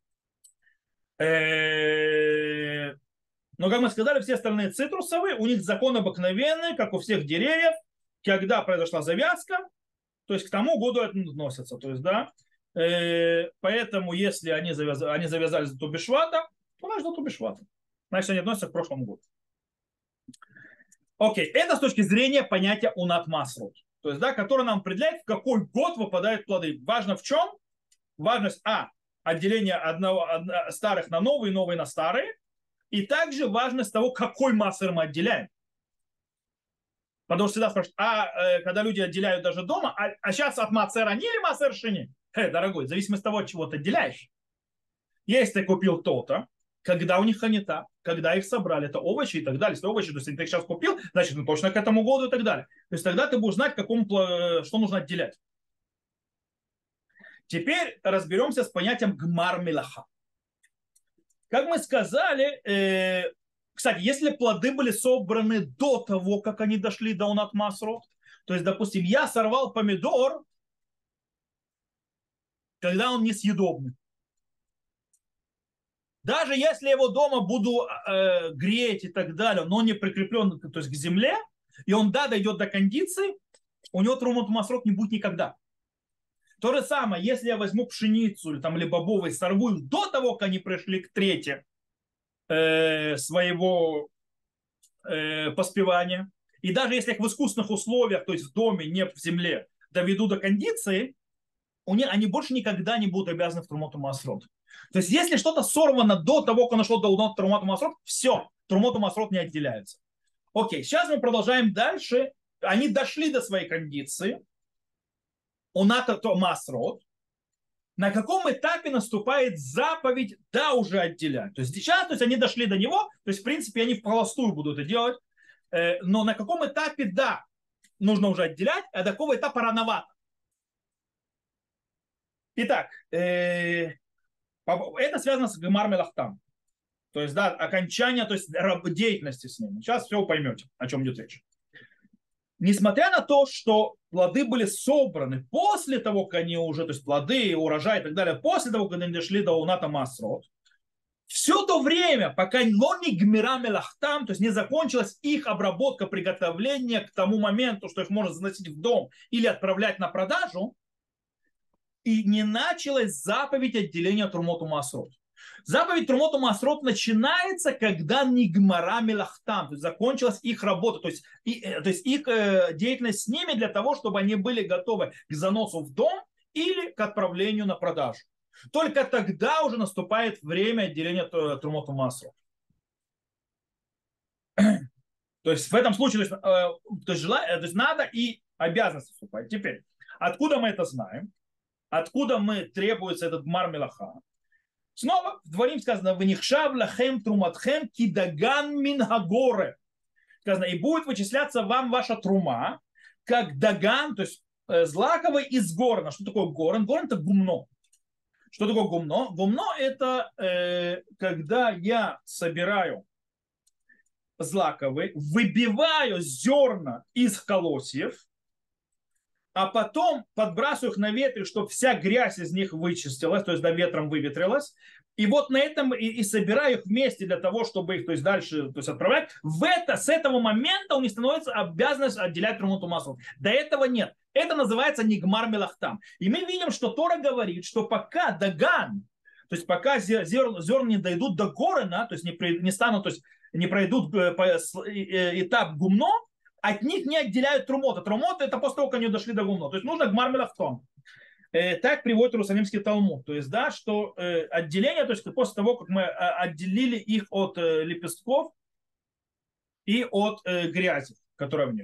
Но, как мы сказали, все остальные цитрусовые, у них закон обыкновенный, как у всех деревьев, когда произошла завязка, то есть к тому году это относится. То есть, да, э, поэтому, если они, завяз... они завязались до Тубишвата, то значит до Тубишвата. Значит, они относятся к прошлому году. Окей, это с точки зрения понятия унат масрут, то есть, да, который нам определяет, в какой год выпадают плоды. Важно в чем? Важность, а, отделение одного, одно, старых на новые, новые на старые. И также важность того, какой массер мы отделяем. Потому что всегда спрашивают, а э, когда люди отделяют даже дома, а, а сейчас от массера не или массер шини? Э, дорогой, в зависимости от того, от чего ты отделяешь. Если ты купил то-то, когда у них ханета, когда их собрали, это овощи и так далее. Если овощи, то есть если ты их сейчас купил, значит, ну, точно к этому году и так далее. То есть тогда ты будешь знать, какому, что нужно отделять. Теперь разберемся с понятием гмар мелаха. Как мы сказали, э, кстати, если плоды были собраны до того, как они дошли до унат масрот, то есть, допустим, я сорвал помидор, когда он несъедобный. Даже если я его дома буду э, греть и так далее, но он не прикреплен, то есть, к земле, и он, да, дойдет до кондиции, у него трумот масрот не будет никогда. То же самое, если я возьму пшеницу или, там, или бобовые, сорву их до того, как они пришли к трети э, своего э, поспевания, и даже если их в искусственных условиях, то есть в доме, не в земле, доведу до кондиции, у них, они больше никогда не будут обязаны в Трумоту Маасрот. То есть если что-то сорвано до того, как оно шло до Трумоту Маасрот, все, Трумоту Маасрот не отделяется. Окей, сейчас мы продолжаем дальше. Они дошли до своей кондиции. У НАТО Маасрот. На каком этапе наступает заповедь «да» уже отделять? То есть сейчас то есть они дошли до него, то есть в принципе они в холостую будут это делать, но на каком этапе «да» нужно уже отделять, а до какого этапа рановато? Итак, э, это связано с Гемар Мелахтам. То есть, да, окончание, то есть деятельности с ними. Сейчас все поймете, о чем идет речь. Несмотря на то, что плоды были собраны после того, как они уже, то есть плоды, урожай и так далее, после того, как они дошли до Уната Масрот, все то время, пока не Гмира Мелахтам, то есть не закончилась их обработка, приготовление к тому моменту, что их можно заносить в дом или отправлять на продажу, и не началась заповедь отделения Трумоту Масрот. Заповедь Трумоту Масрот начинается, когда Нигмара Мелахтам, то есть закончилась их работа, то есть, и, то есть их э, деятельность с ними для того, чтобы они были готовы к заносу в дом или к отправлению на продажу. Только тогда уже наступает время отделения Трумоту Масрот. То есть в этом случае то есть, э, то есть, жела, то есть надо и обязанность вступать. Теперь, откуда мы это знаем? Откуда мы требуется этот гмар мелаха? Снова в Дворим сказано: «Венихшав лахем труматхем кидаган мин хагоре». Сказано: «И будет вычисляться вам ваша трума, как даган», то есть злаковый из горна. Что такое горн? Горн – это гумно. Что такое гумно? Гумно – это э, когда я собираю злаковый, выбиваю зерна из колосьев, а потом подбрасываю их на ветер, чтобы вся грязь из них вычистилась, то есть да, ветром выветрилась. И вот на этом и, и собираю их вместе для того, чтобы их то есть, дальше то есть, отправлять. В это, с этого момента у них становится обязанность отделять трумот масрот. До этого нет. Это называется нигмар мелахтам. И мы видим, что Тора говорит, что пока даган, то есть пока зер, зерна не дойдут до горена, то есть не, не станут, то есть не пройдут этап гумно, от них не отделяют трумот. Трумот это после того, как они дошли до гумно. То есть нужно гмар мелахтам. Э, так приводит Иерусалимский Талмуд. То есть, да, что э, отделение, то есть после того, как мы отделили их от э, лепестков и от э, грязи, которая в них.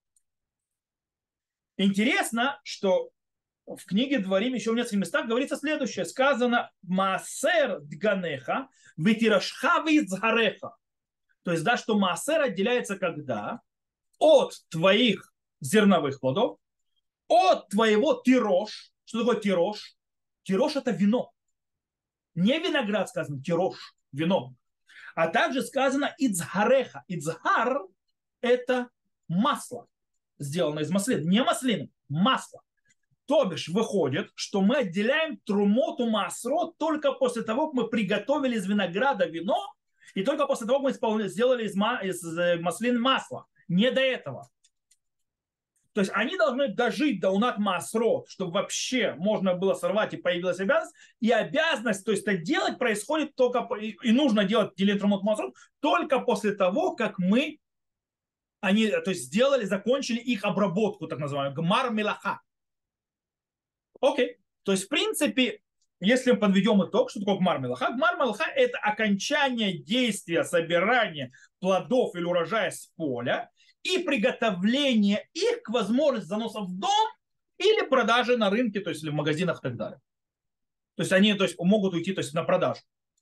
Интересно, что в книге Дворим еще в нескольких местах говорится следующее. Сказано «Маасер дганеха витирашха визгареха». То есть, да, что маасер отделяется когда? От твоих зерновых плодов, от твоего тирож. Что такое тирож? Тирож – это вино. Не виноград сказано, тирож, вино. А также сказано ицгареха. Ицгар – это масло, сделанное из маслины. Не маслины, масло. То бишь выходит, что мы отделяем трумоту масрот только после того, как мы приготовили из винограда вино, и только после того, как мы сделали из, из маслин масло. Не до этого. То есть они должны дожить до унат масрот, чтобы вообще можно было сорвать и появилась обязанность. И обязанность, то есть это делать происходит только, и нужно делать делить унат масрот только после того, как мы они, то есть сделали, закончили их обработку, так называемую, гмар мелаха. Окей. То есть в принципе, если мы подведем итог, что такое гмар мелаха? Гмар мелаха – это окончание действия собирания плодов или урожая с поля и приготовление их к возможности заноса в дом или продажи на рынке, то есть или в магазинах и так далее. То есть они то есть, могут уйти то есть, на продажу.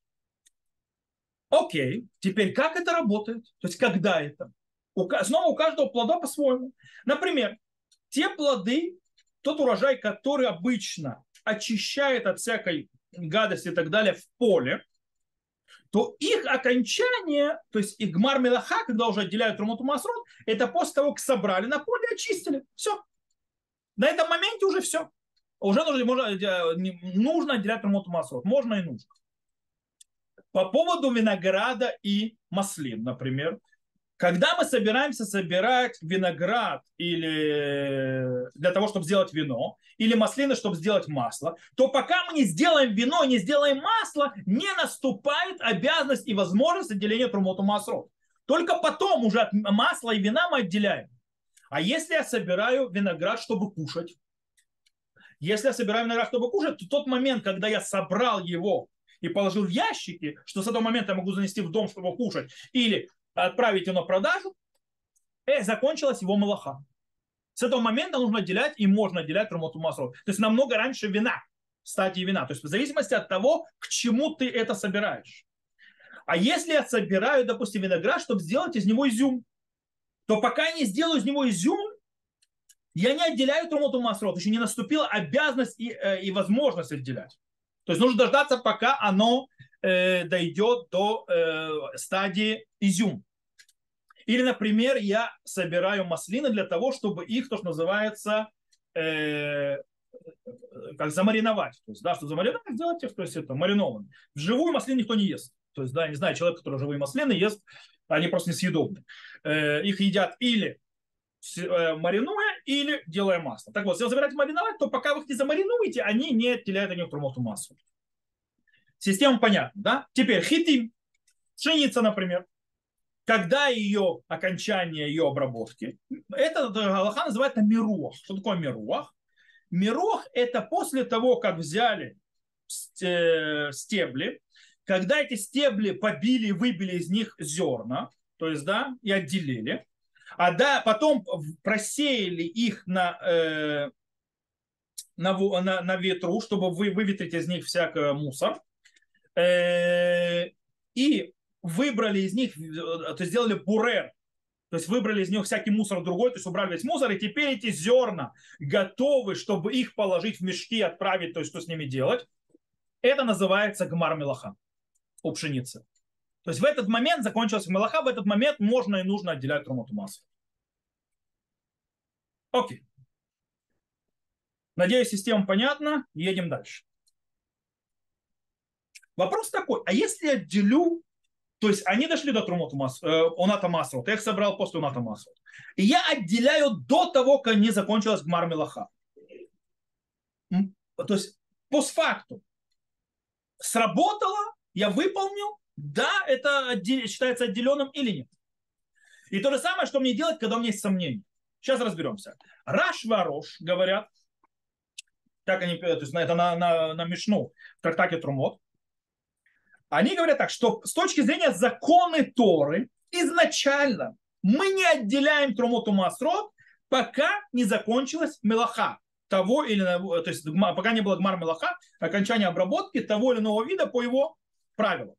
Окей, теперь как это работает? То есть когда это? У, снова у каждого плода по-своему. Например, те плоды, тот урожай, который обычно очищает от всякой гадости и так далее в поле, то их окончание, то есть игмар мелаха, когда уже отделяют трумоту масрот, это после того, как собрали на поле и очистили. Все. На этом моменте уже все. Уже нужно, можно, нужно отделять трумоту масрот. Можно и нужно. По поводу винограда и маслин, например. Когда мы собираемся собирать виноград или для того, чтобы сделать вино, или маслины, чтобы сделать масло, то пока мы не сделаем вино и не сделаем масло, не наступает обязанность и возможность отделения трумот умасрот. Только потом уже от масла и вина мы отделяем. А если я собираю виноград, чтобы кушать, если я собираю виноград, чтобы кушать, то тот момент, когда я собрал его и положил в ящики, что с этого момента я могу занести в дом, чтобы кушать, или отправить его на продажу, э, закончилась его малаха. С этого момента нужно отделять, и можно отделять трумот умасрот. То есть намного раньше вина, стадии вина. То есть в зависимости от того, к чему ты это собираешь. А если я собираю, допустим, виноград, чтобы сделать из него изюм, то пока я не сделаю из него изюм, я не отделяю трумот умасрот. Еще не наступила обязанность и, э, и возможность отделять. То есть нужно дождаться, пока оно э, дойдет до э, стадии изюм. Или, например, я собираю маслины для того, чтобы их, то, что называется, э, как замариновать. То есть, да, что замариновать, сделать их, то есть это маринованные. Вживую маслин никто не ест. То есть, да, я не знаю, человек, который живые маслины ест, они просто несъедобны. Э, их едят или маринуя, или делая масло. Так вот, если вы собираетесь мариновать, то пока вы их не замаринуете, они не отделяют от них трумот умасрот. Система понятна, да? Теперь хитим, пшеница, например. Когда ее окончание ее обработки, это галаха называется мируах. Что такое мируах? Мируах это после того, как взяли стебли, когда эти стебли побили, выбили из них зерна, то есть, да, и отделили, а да, потом просеяли их на, э, на, на, на ветру, чтобы вы, выветрить из них всякий мусор, э, и выбрали из них, то есть сделали бурер, то есть выбрали из них всякий мусор другой, то есть убрали весь мусор, и теперь эти зерна готовы, чтобы их положить в мешки, отправить, то есть что с ними делать. Это называется гмар мелаха у пшеницы. То есть в этот момент закончилась мелаха, в этот момент можно и нужно отделять трумот умасрот. Окей. Надеюсь, система понятна. Едем дальше. Вопрос такой, а если я делю, то есть они дошли до трумот уната масрот, я их собрал после уната масрот, и я отделяю до того, как не закончилась гмар мелаха. То есть постфактум сработало, я выполнил, да, это считается отделенным или нет. И то же самое, что мне делать, когда у меня есть сомнения. Сейчас разберемся. Раш Варош говорят, так они, то есть это на, на, на Мишну, в трактате Трумот, они говорят так, что с точки зрения законы Торы, изначально мы не отделяем Трумот умасрот, пока не закончилась мелаха того или иного, то есть пока не было гмар мелаха, окончание обработки того или иного вида по его правилам.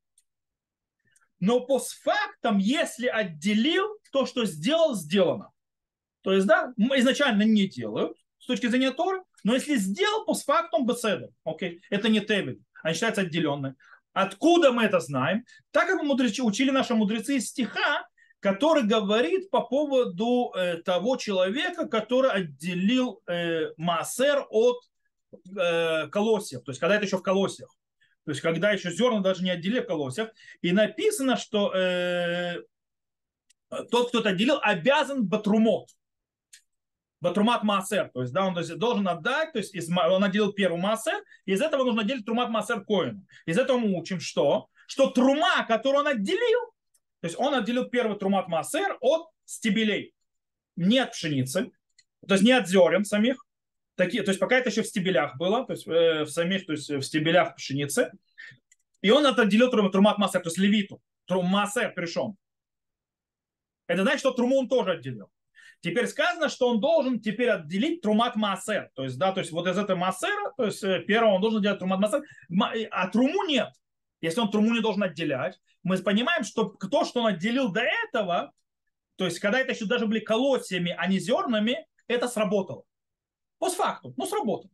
Но постфактом, если отделил, то, что сделал, сделано. То есть, да, изначально не делают с точки зрения Торы, но если сделал, постфактум беседа. Окей, это не тевель, они считаются отделенными. Откуда мы это знаем? Так как мы мудрецы, учили наши мудрецы из стиха, который говорит по поводу э, того человека, который отделил э, маасер от э, колосьев. То есть, когда это еще в колосьях. То есть, когда еще зерна даже не отделили в колосьях. И написано, что э, тот, кто это отделил, обязан батрумот. Батрумат маасер. То есть, да, он должен отдать, то есть из, он отделил первый маасер, из этого нужно отделить трумат маасер коину. Из этого мы учим, что? Что трума, которую он отделил, то есть он отделил первый трумат маасер от стебелей. Не от пшеницы, то есть не от зерен самих. Такие, то есть пока это еще в стебелях было, то есть э, в самих, то есть в стебелях пшеницы. И он отделил трумат маасер, то есть левиту. Трум маасер пришел. Это значит, что труму он тоже отделил. Теперь сказано, что он должен теперь отделить трумат маасер. То есть, да, то есть вот из этой маасера, то есть первого он должен делать трумат маасер, а труму нет. Если он труму не должен отделять, мы понимаем, что то, что он отделил до этого, то есть когда это еще даже были колосьями, а не зернами, это сработало. Постфактум, ну сработало.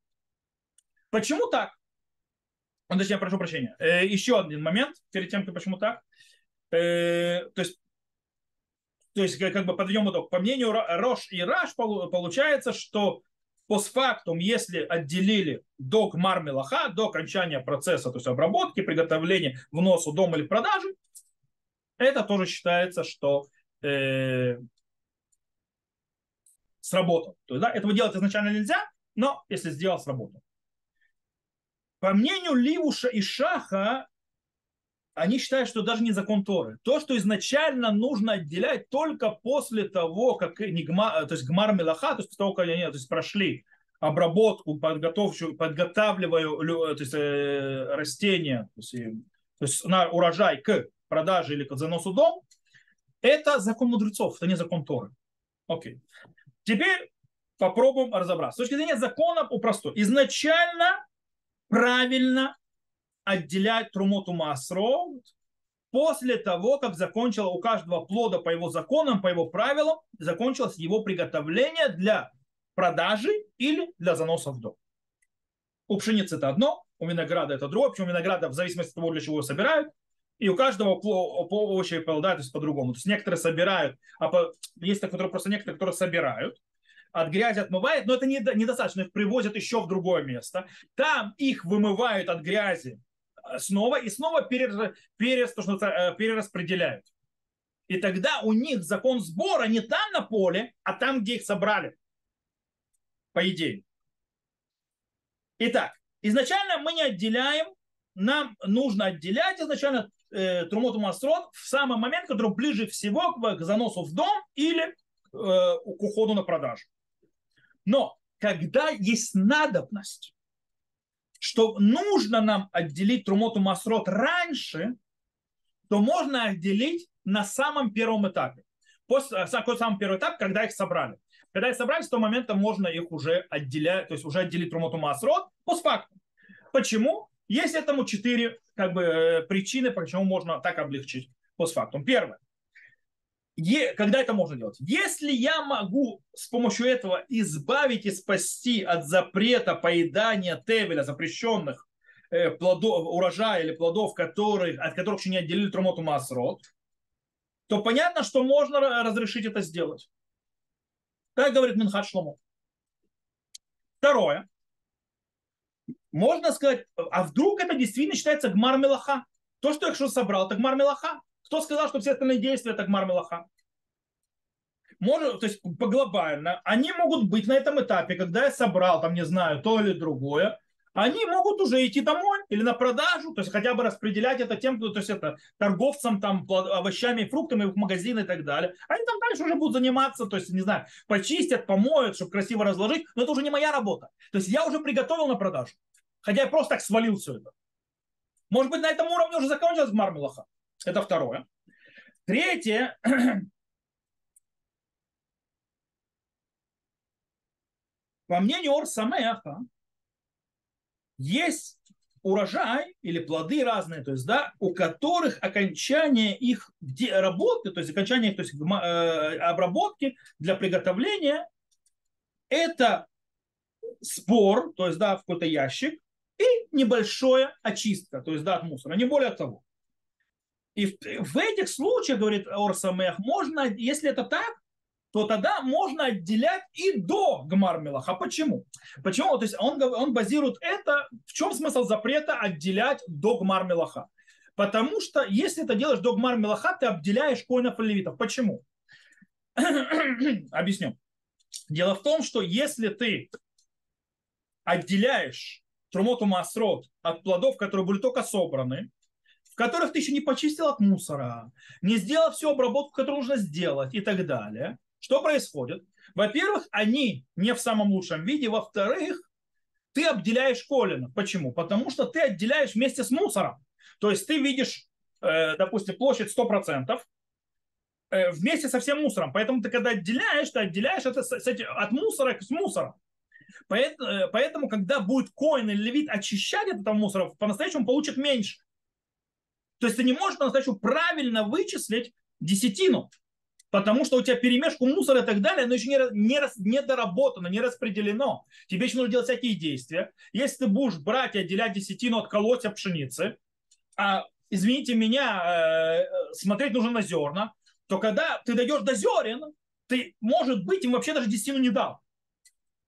Почему так? Ну, точнее, прошу прощения. Э, еще один момент, перед тем, как почему так. Э, то есть То есть, как бы подведем итог. По мнению Рош и Раш, получается, что постфактум, если отделили до гмар мелаха, до окончания процесса, то есть обработки, приготовления, вносу дома или продажи, это тоже считается, что э, сработал. То есть, да, этого делать изначально нельзя, но если сделал, сработал. По мнению Ливуша и Шаха, они считают, что даже не закон Торы. То, что изначально нужно отделять только после того, как не гма, то есть гмар мелаха, то есть после того, как они то есть, прошли обработку, подготовку, подготавливаю то есть, э, растения, то есть, э, то есть на урожай к продаже или к заносу в дом, это закон мудрецов, это не закон Торы. Окей. Теперь попробуем разобраться. С точки зрения закона простой. Изначально правильно отделять трумоту маасро после того, как закончила у каждого плода по его законам, по его правилам, закончилось его приготовление для продажи или для заноса в дом. У пшеницы это одно, у винограда это другое, причем винограда в зависимости от того, для чего его собирают, и у каждого по, по овощи и плода, то есть по-другому. То есть некоторые собирают, а по, есть такие, которые просто некоторые, которые собирают, от грязи отмывают, но это недостаточно, их привозят еще в другое место, там их вымывают от грязи снова и снова перер, перер, перераспределяют. И тогда у них закон сбора не там на поле, а там, где их собрали. По идее. Итак, изначально мы не отделяем, нам нужно отделять изначально э, трумот умасрот в самый момент, который ближе всего к, к заносу в дом или э, к уходу на продажу. Но когда есть надобность, что нужно нам отделить трумот умасрот раньше, то можно отделить на самом первом этапе. После, какой самый первый этап, когда их собрали. Когда их собрали, с того момента можно их уже отделять, то есть уже отделить трумот умасрот постфактум. Почему? Есть этому четыре как бы, причины, почему можно так облегчить постфактум. Первое. Е, когда это можно делать? Если я могу с помощью этого избавить и спасти от запрета поедания тевеля, запрещенных э, плодов, урожая или плодов, которых, от которых еще не отделили трумот умасрот, то понятно, что можно разрешить это сделать. Так говорит Минхат Шломо. Второе. Можно сказать, а вдруг это действительно считается гмар мелаха? То, что я что собрал, это гмар мелаха. Кто сказал, что все остальные действия это гмар мелаха? Может, то есть поглобально, они могут быть на этом этапе, когда я собрал, там, не знаю, то или другое, они могут уже идти домой или на продажу, то есть хотя бы распределять это тем, то есть это торговцам там овощами, фруктами в магазины и так далее. Они там дальше уже будут заниматься, то есть, не знаю, почистят, помоют, чтобы красиво разложить, но это уже не моя работа. То есть я уже приготовил на продажу, хотя я просто так свалил все это. Может быть, на этом уровне уже закончилась гмар мелаха. Это второе. Третье. По мнению Ор Самеха, есть урожай или плоды разные, то есть, да, у которых окончание их работы, то есть окончание их то есть, обработки для приготовления, это спор, то есть, да, в какой-то ящик, и небольшая очистка, то есть, да, от мусора, не более того. И в, в этих случаях, говорит Ор Самех, можно, если это так, то тогда можно отделять и до гмар мелаха. Почему? Почему? То есть он, он базирует это, в чем смысл запрета отделять до гмар мелаха? Потому что если ты делаешь до гмар мелаха, ты обделяешь коинов и левитов. Почему? Объясню. Дело в том, что если ты отделяешь трумот умасрот от плодов, которые были только собраны, в которых ты еще не почистил от мусора, не сделал всю обработку, которую нужно сделать и так далее, что происходит? Во-первых, они не в самом лучшем виде. Во-вторых, ты обделяешь колено. Почему? Потому что ты отделяешь вместе с мусором. То есть ты видишь, э, допустим, площадь сто процентов э, вместе со всем мусором. Поэтому ты когда отделяешь, ты отделяешь это с, с, от мусора с мусором. Поэтому, э, поэтому, когда будет коин или левит очищать этот мусор, по-настоящему получит меньше. То есть ты не можешь по-настоящему правильно вычислить десятину. Потому что у тебя перемешку мусора и так далее, но еще не, не, не доработано, не распределено. Тебе еще нужно делать всякие действия. Если ты будешь брать и отделять десятину от колосья пшеницы, а, извините меня, э, смотреть нужно на зерна, то когда ты дойдешь до зерен, ты, может быть, им вообще даже десятину не дал.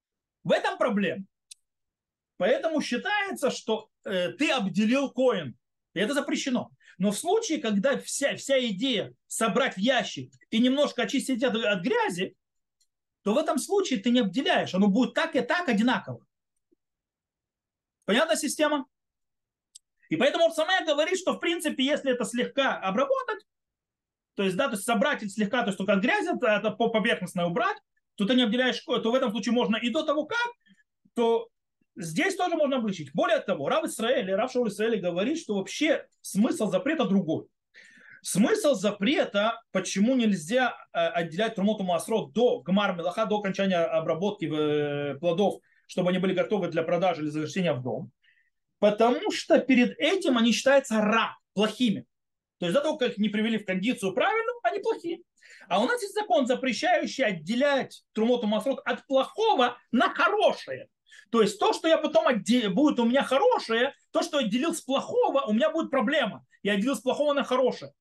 В этом проблема. Поэтому считается, что э, ты обделил коин. И это запрещено. Но в случае, когда вся, вся идея собрать в ящик и немножко очистить от, от грязи, то в этом случае ты не обделяешь. Оно будет так и так одинаково. Понятна система? И поэтому он сама говорит, что в принципе, если это слегка обработать, то есть, да, то есть собрать слегка, то есть только от грязи, это по поверхностно убрать, то ты не обделяешь, то в этом случае можно и до того как, то здесь тоже можно обличить. Более того, Рав Исраэль, Рав Шауль Исраэль говорит, что вообще смысл запрета другой. Смысл запрета, почему нельзя отделять Трумоту Маасрот до Гмар Мелаха, до окончания обработки плодов, чтобы они были готовы для продажи или завершения в дом. Потому что перед этим они считаются ра, плохими. То есть до того, как их не привели в кондицию правильную, они плохие. А у нас есть закон, запрещающий отделять Трумоту Маасрот от плохого на хорошее. То есть то, что я потом отдел... будет у меня хорошее, то, что я отделил с плохого, у меня будет проблема. Я отделил с плохого на хорошее.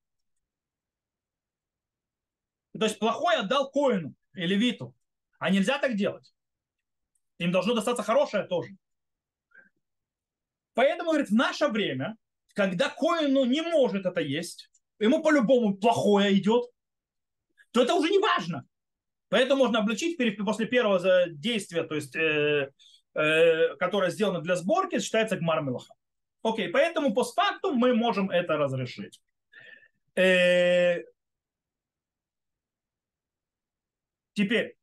То есть плохое отдал коину и левиту. А нельзя так делать. Им должно достаться хорошее тоже. Поэтому, говорит, в наше время, когда коину не может это есть, ему по-любому плохое идет, то это уже не важно. Поэтому можно облегчить после первого действия, то есть, э, э, которое сделано для сборки, считается гмар мелаха. Окей, поэтому постфактум мы можем это разрешить. Э, теперь,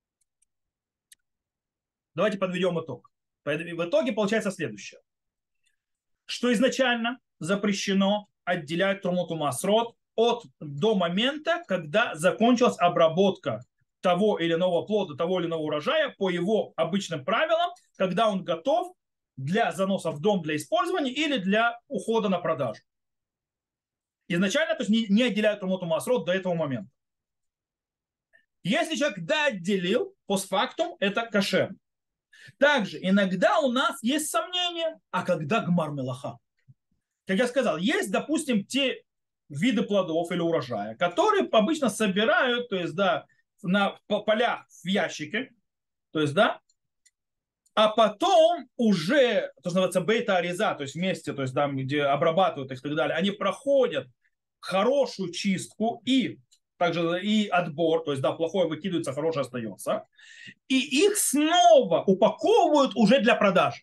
давайте подведем итог. В итоге получается следующее. Что изначально запрещено отделять Трумоту Маасрот от до момента, когда закончилась обработка того или иного плода, того или иного урожая по его обычным правилам, когда он готов для заноса в дом для использования или для ухода на продажу. Изначально, то есть не, не отделяют Трумоту Маасрот до этого момента. Если человек да отделил, постфактум это кошер. Также иногда у нас есть сомнения, а когда гмар мелаха? Как я сказал, есть, допустим, те виды плодов или урожая, которые обычно собирают, то есть, да, на полях в ящике, то есть, да, а потом уже, то, что называется бейта-ариза, то есть вместе, то есть там, где обрабатывают их и так далее, они проходят хорошую чистку и также и отбор, то есть, да, плохое выкидывается, хорошее остается, и их снова упаковывают уже для продажи.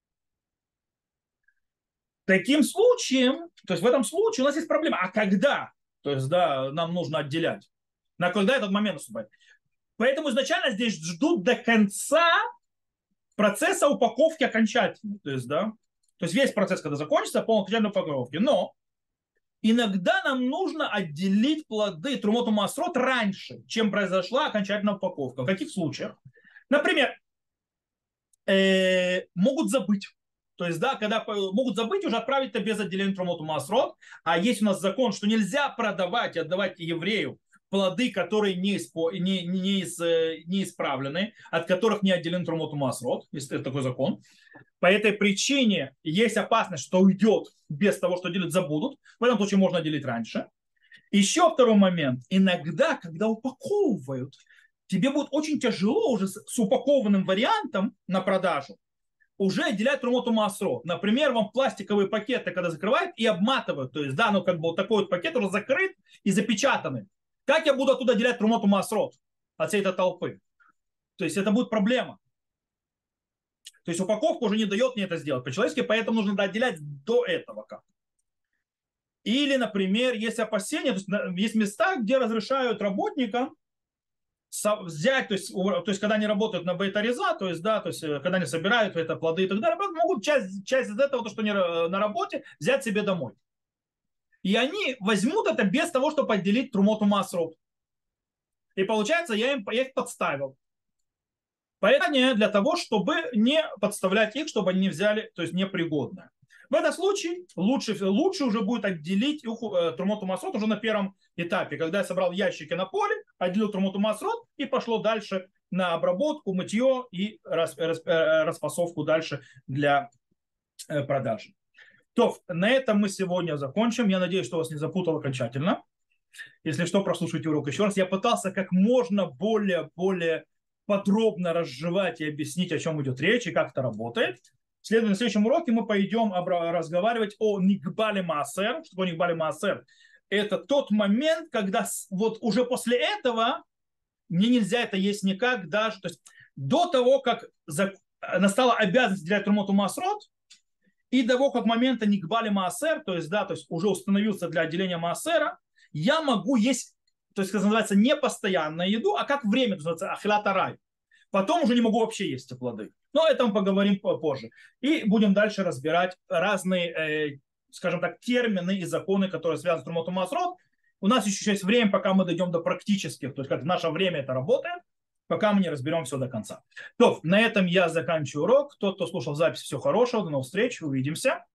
Таким случаем, то есть в этом случае у нас есть проблема. А когда? То есть, да, нам нужно отделять. На когда этот момент наступает? Поэтому изначально здесь ждут до конца процесса упаковки окончательно. То есть, да, то есть весь процесс, когда закончится, по окончательной упаковке. Но иногда нам нужно отделить плоды Трумоту Маасрот раньше, чем произошла окончательная упаковка. В каких случаях? Например, э, могут забыть. То есть, да, когда могут забыть, уже отправить это без отделения Трумоту Маасрот. А есть у нас закон, что нельзя продавать и отдавать еврею плоды, которые не, испо, не, не, не исправлены, от которых не отделен Трумоту Маасрот. Есть такой закон. По этой причине есть опасность, что уйдет без того, что делить забудут. В этом случае можно делить раньше. Еще второй момент. Иногда, когда упаковывают, тебе будет очень тяжело уже с упакованным вариантом на продажу уже отделять Трумоту Маасрот. Например, вам пластиковые пакеты, когда закрывают и обматывают. То есть, да, ну как бы вот такой вот пакет уже закрыт и запечатанный. Как я буду оттуда отделять Трумоту Маасрот от всей этой толпы? То есть это будет проблема. То есть упаковка уже не дает мне это сделать по-человечески, поэтому нужно отделять до этого как. Или, например, есть опасения, то есть есть места, где разрешают работникам взять, то есть, то есть когда они работают на бейтариза, то есть, да, то есть когда они собирают это плоды и так далее, могут часть, часть из этого, то, что они на работе, взять себе домой. И они возьмут это без того, чтобы отделить Трумоту Маасрот. И получается, я, им, я их подставил. Поэтому для того, чтобы не подставлять их, чтобы они не взяли, то есть непригодное. В этом случае лучше, лучше уже будет отделить Трумоту Маасрот уже на первом этапе, когда я собрал ящики на поле, отделил Трумоту Маасрот и пошло дальше на обработку, мытье и распасовку дальше для продажи. То, на этом мы сегодня закончим. Я надеюсь, что вас не запутал окончательно. Если что, прослушайте урок еще раз. Я пытался как можно более, более подробно разжевать и объяснить, о чем идет речь и как это работает. Следуя на следующем уроке мы пойдем разговаривать о Нигбале Маасер. Что такое Нигбале Маасер? Это тот момент, когда вот уже после этого мне нельзя это есть никак даже. То есть до того, как настала обязанность для Трумоту Маасрот, и до того, как момента Нигбали Маасер, то есть, да, то есть уже установился для отделения Маасера, я могу есть, то есть, это называется, не постоянную еду, а как время, то называется ахилатарай. Потом уже не могу вообще есть эти плоды. Но это мы поговорим позже. И будем дальше разбирать разные, э, скажем так, термины и законы, которые связаны с Трумотом Маасрот. У нас еще есть время, пока мы дойдем до практических, то есть как в наше время это работает, пока мы не разберем все до конца. То, на этом я заканчиваю урок. Тот, кто слушал запись, всего хорошего, до новых встреч, увидимся.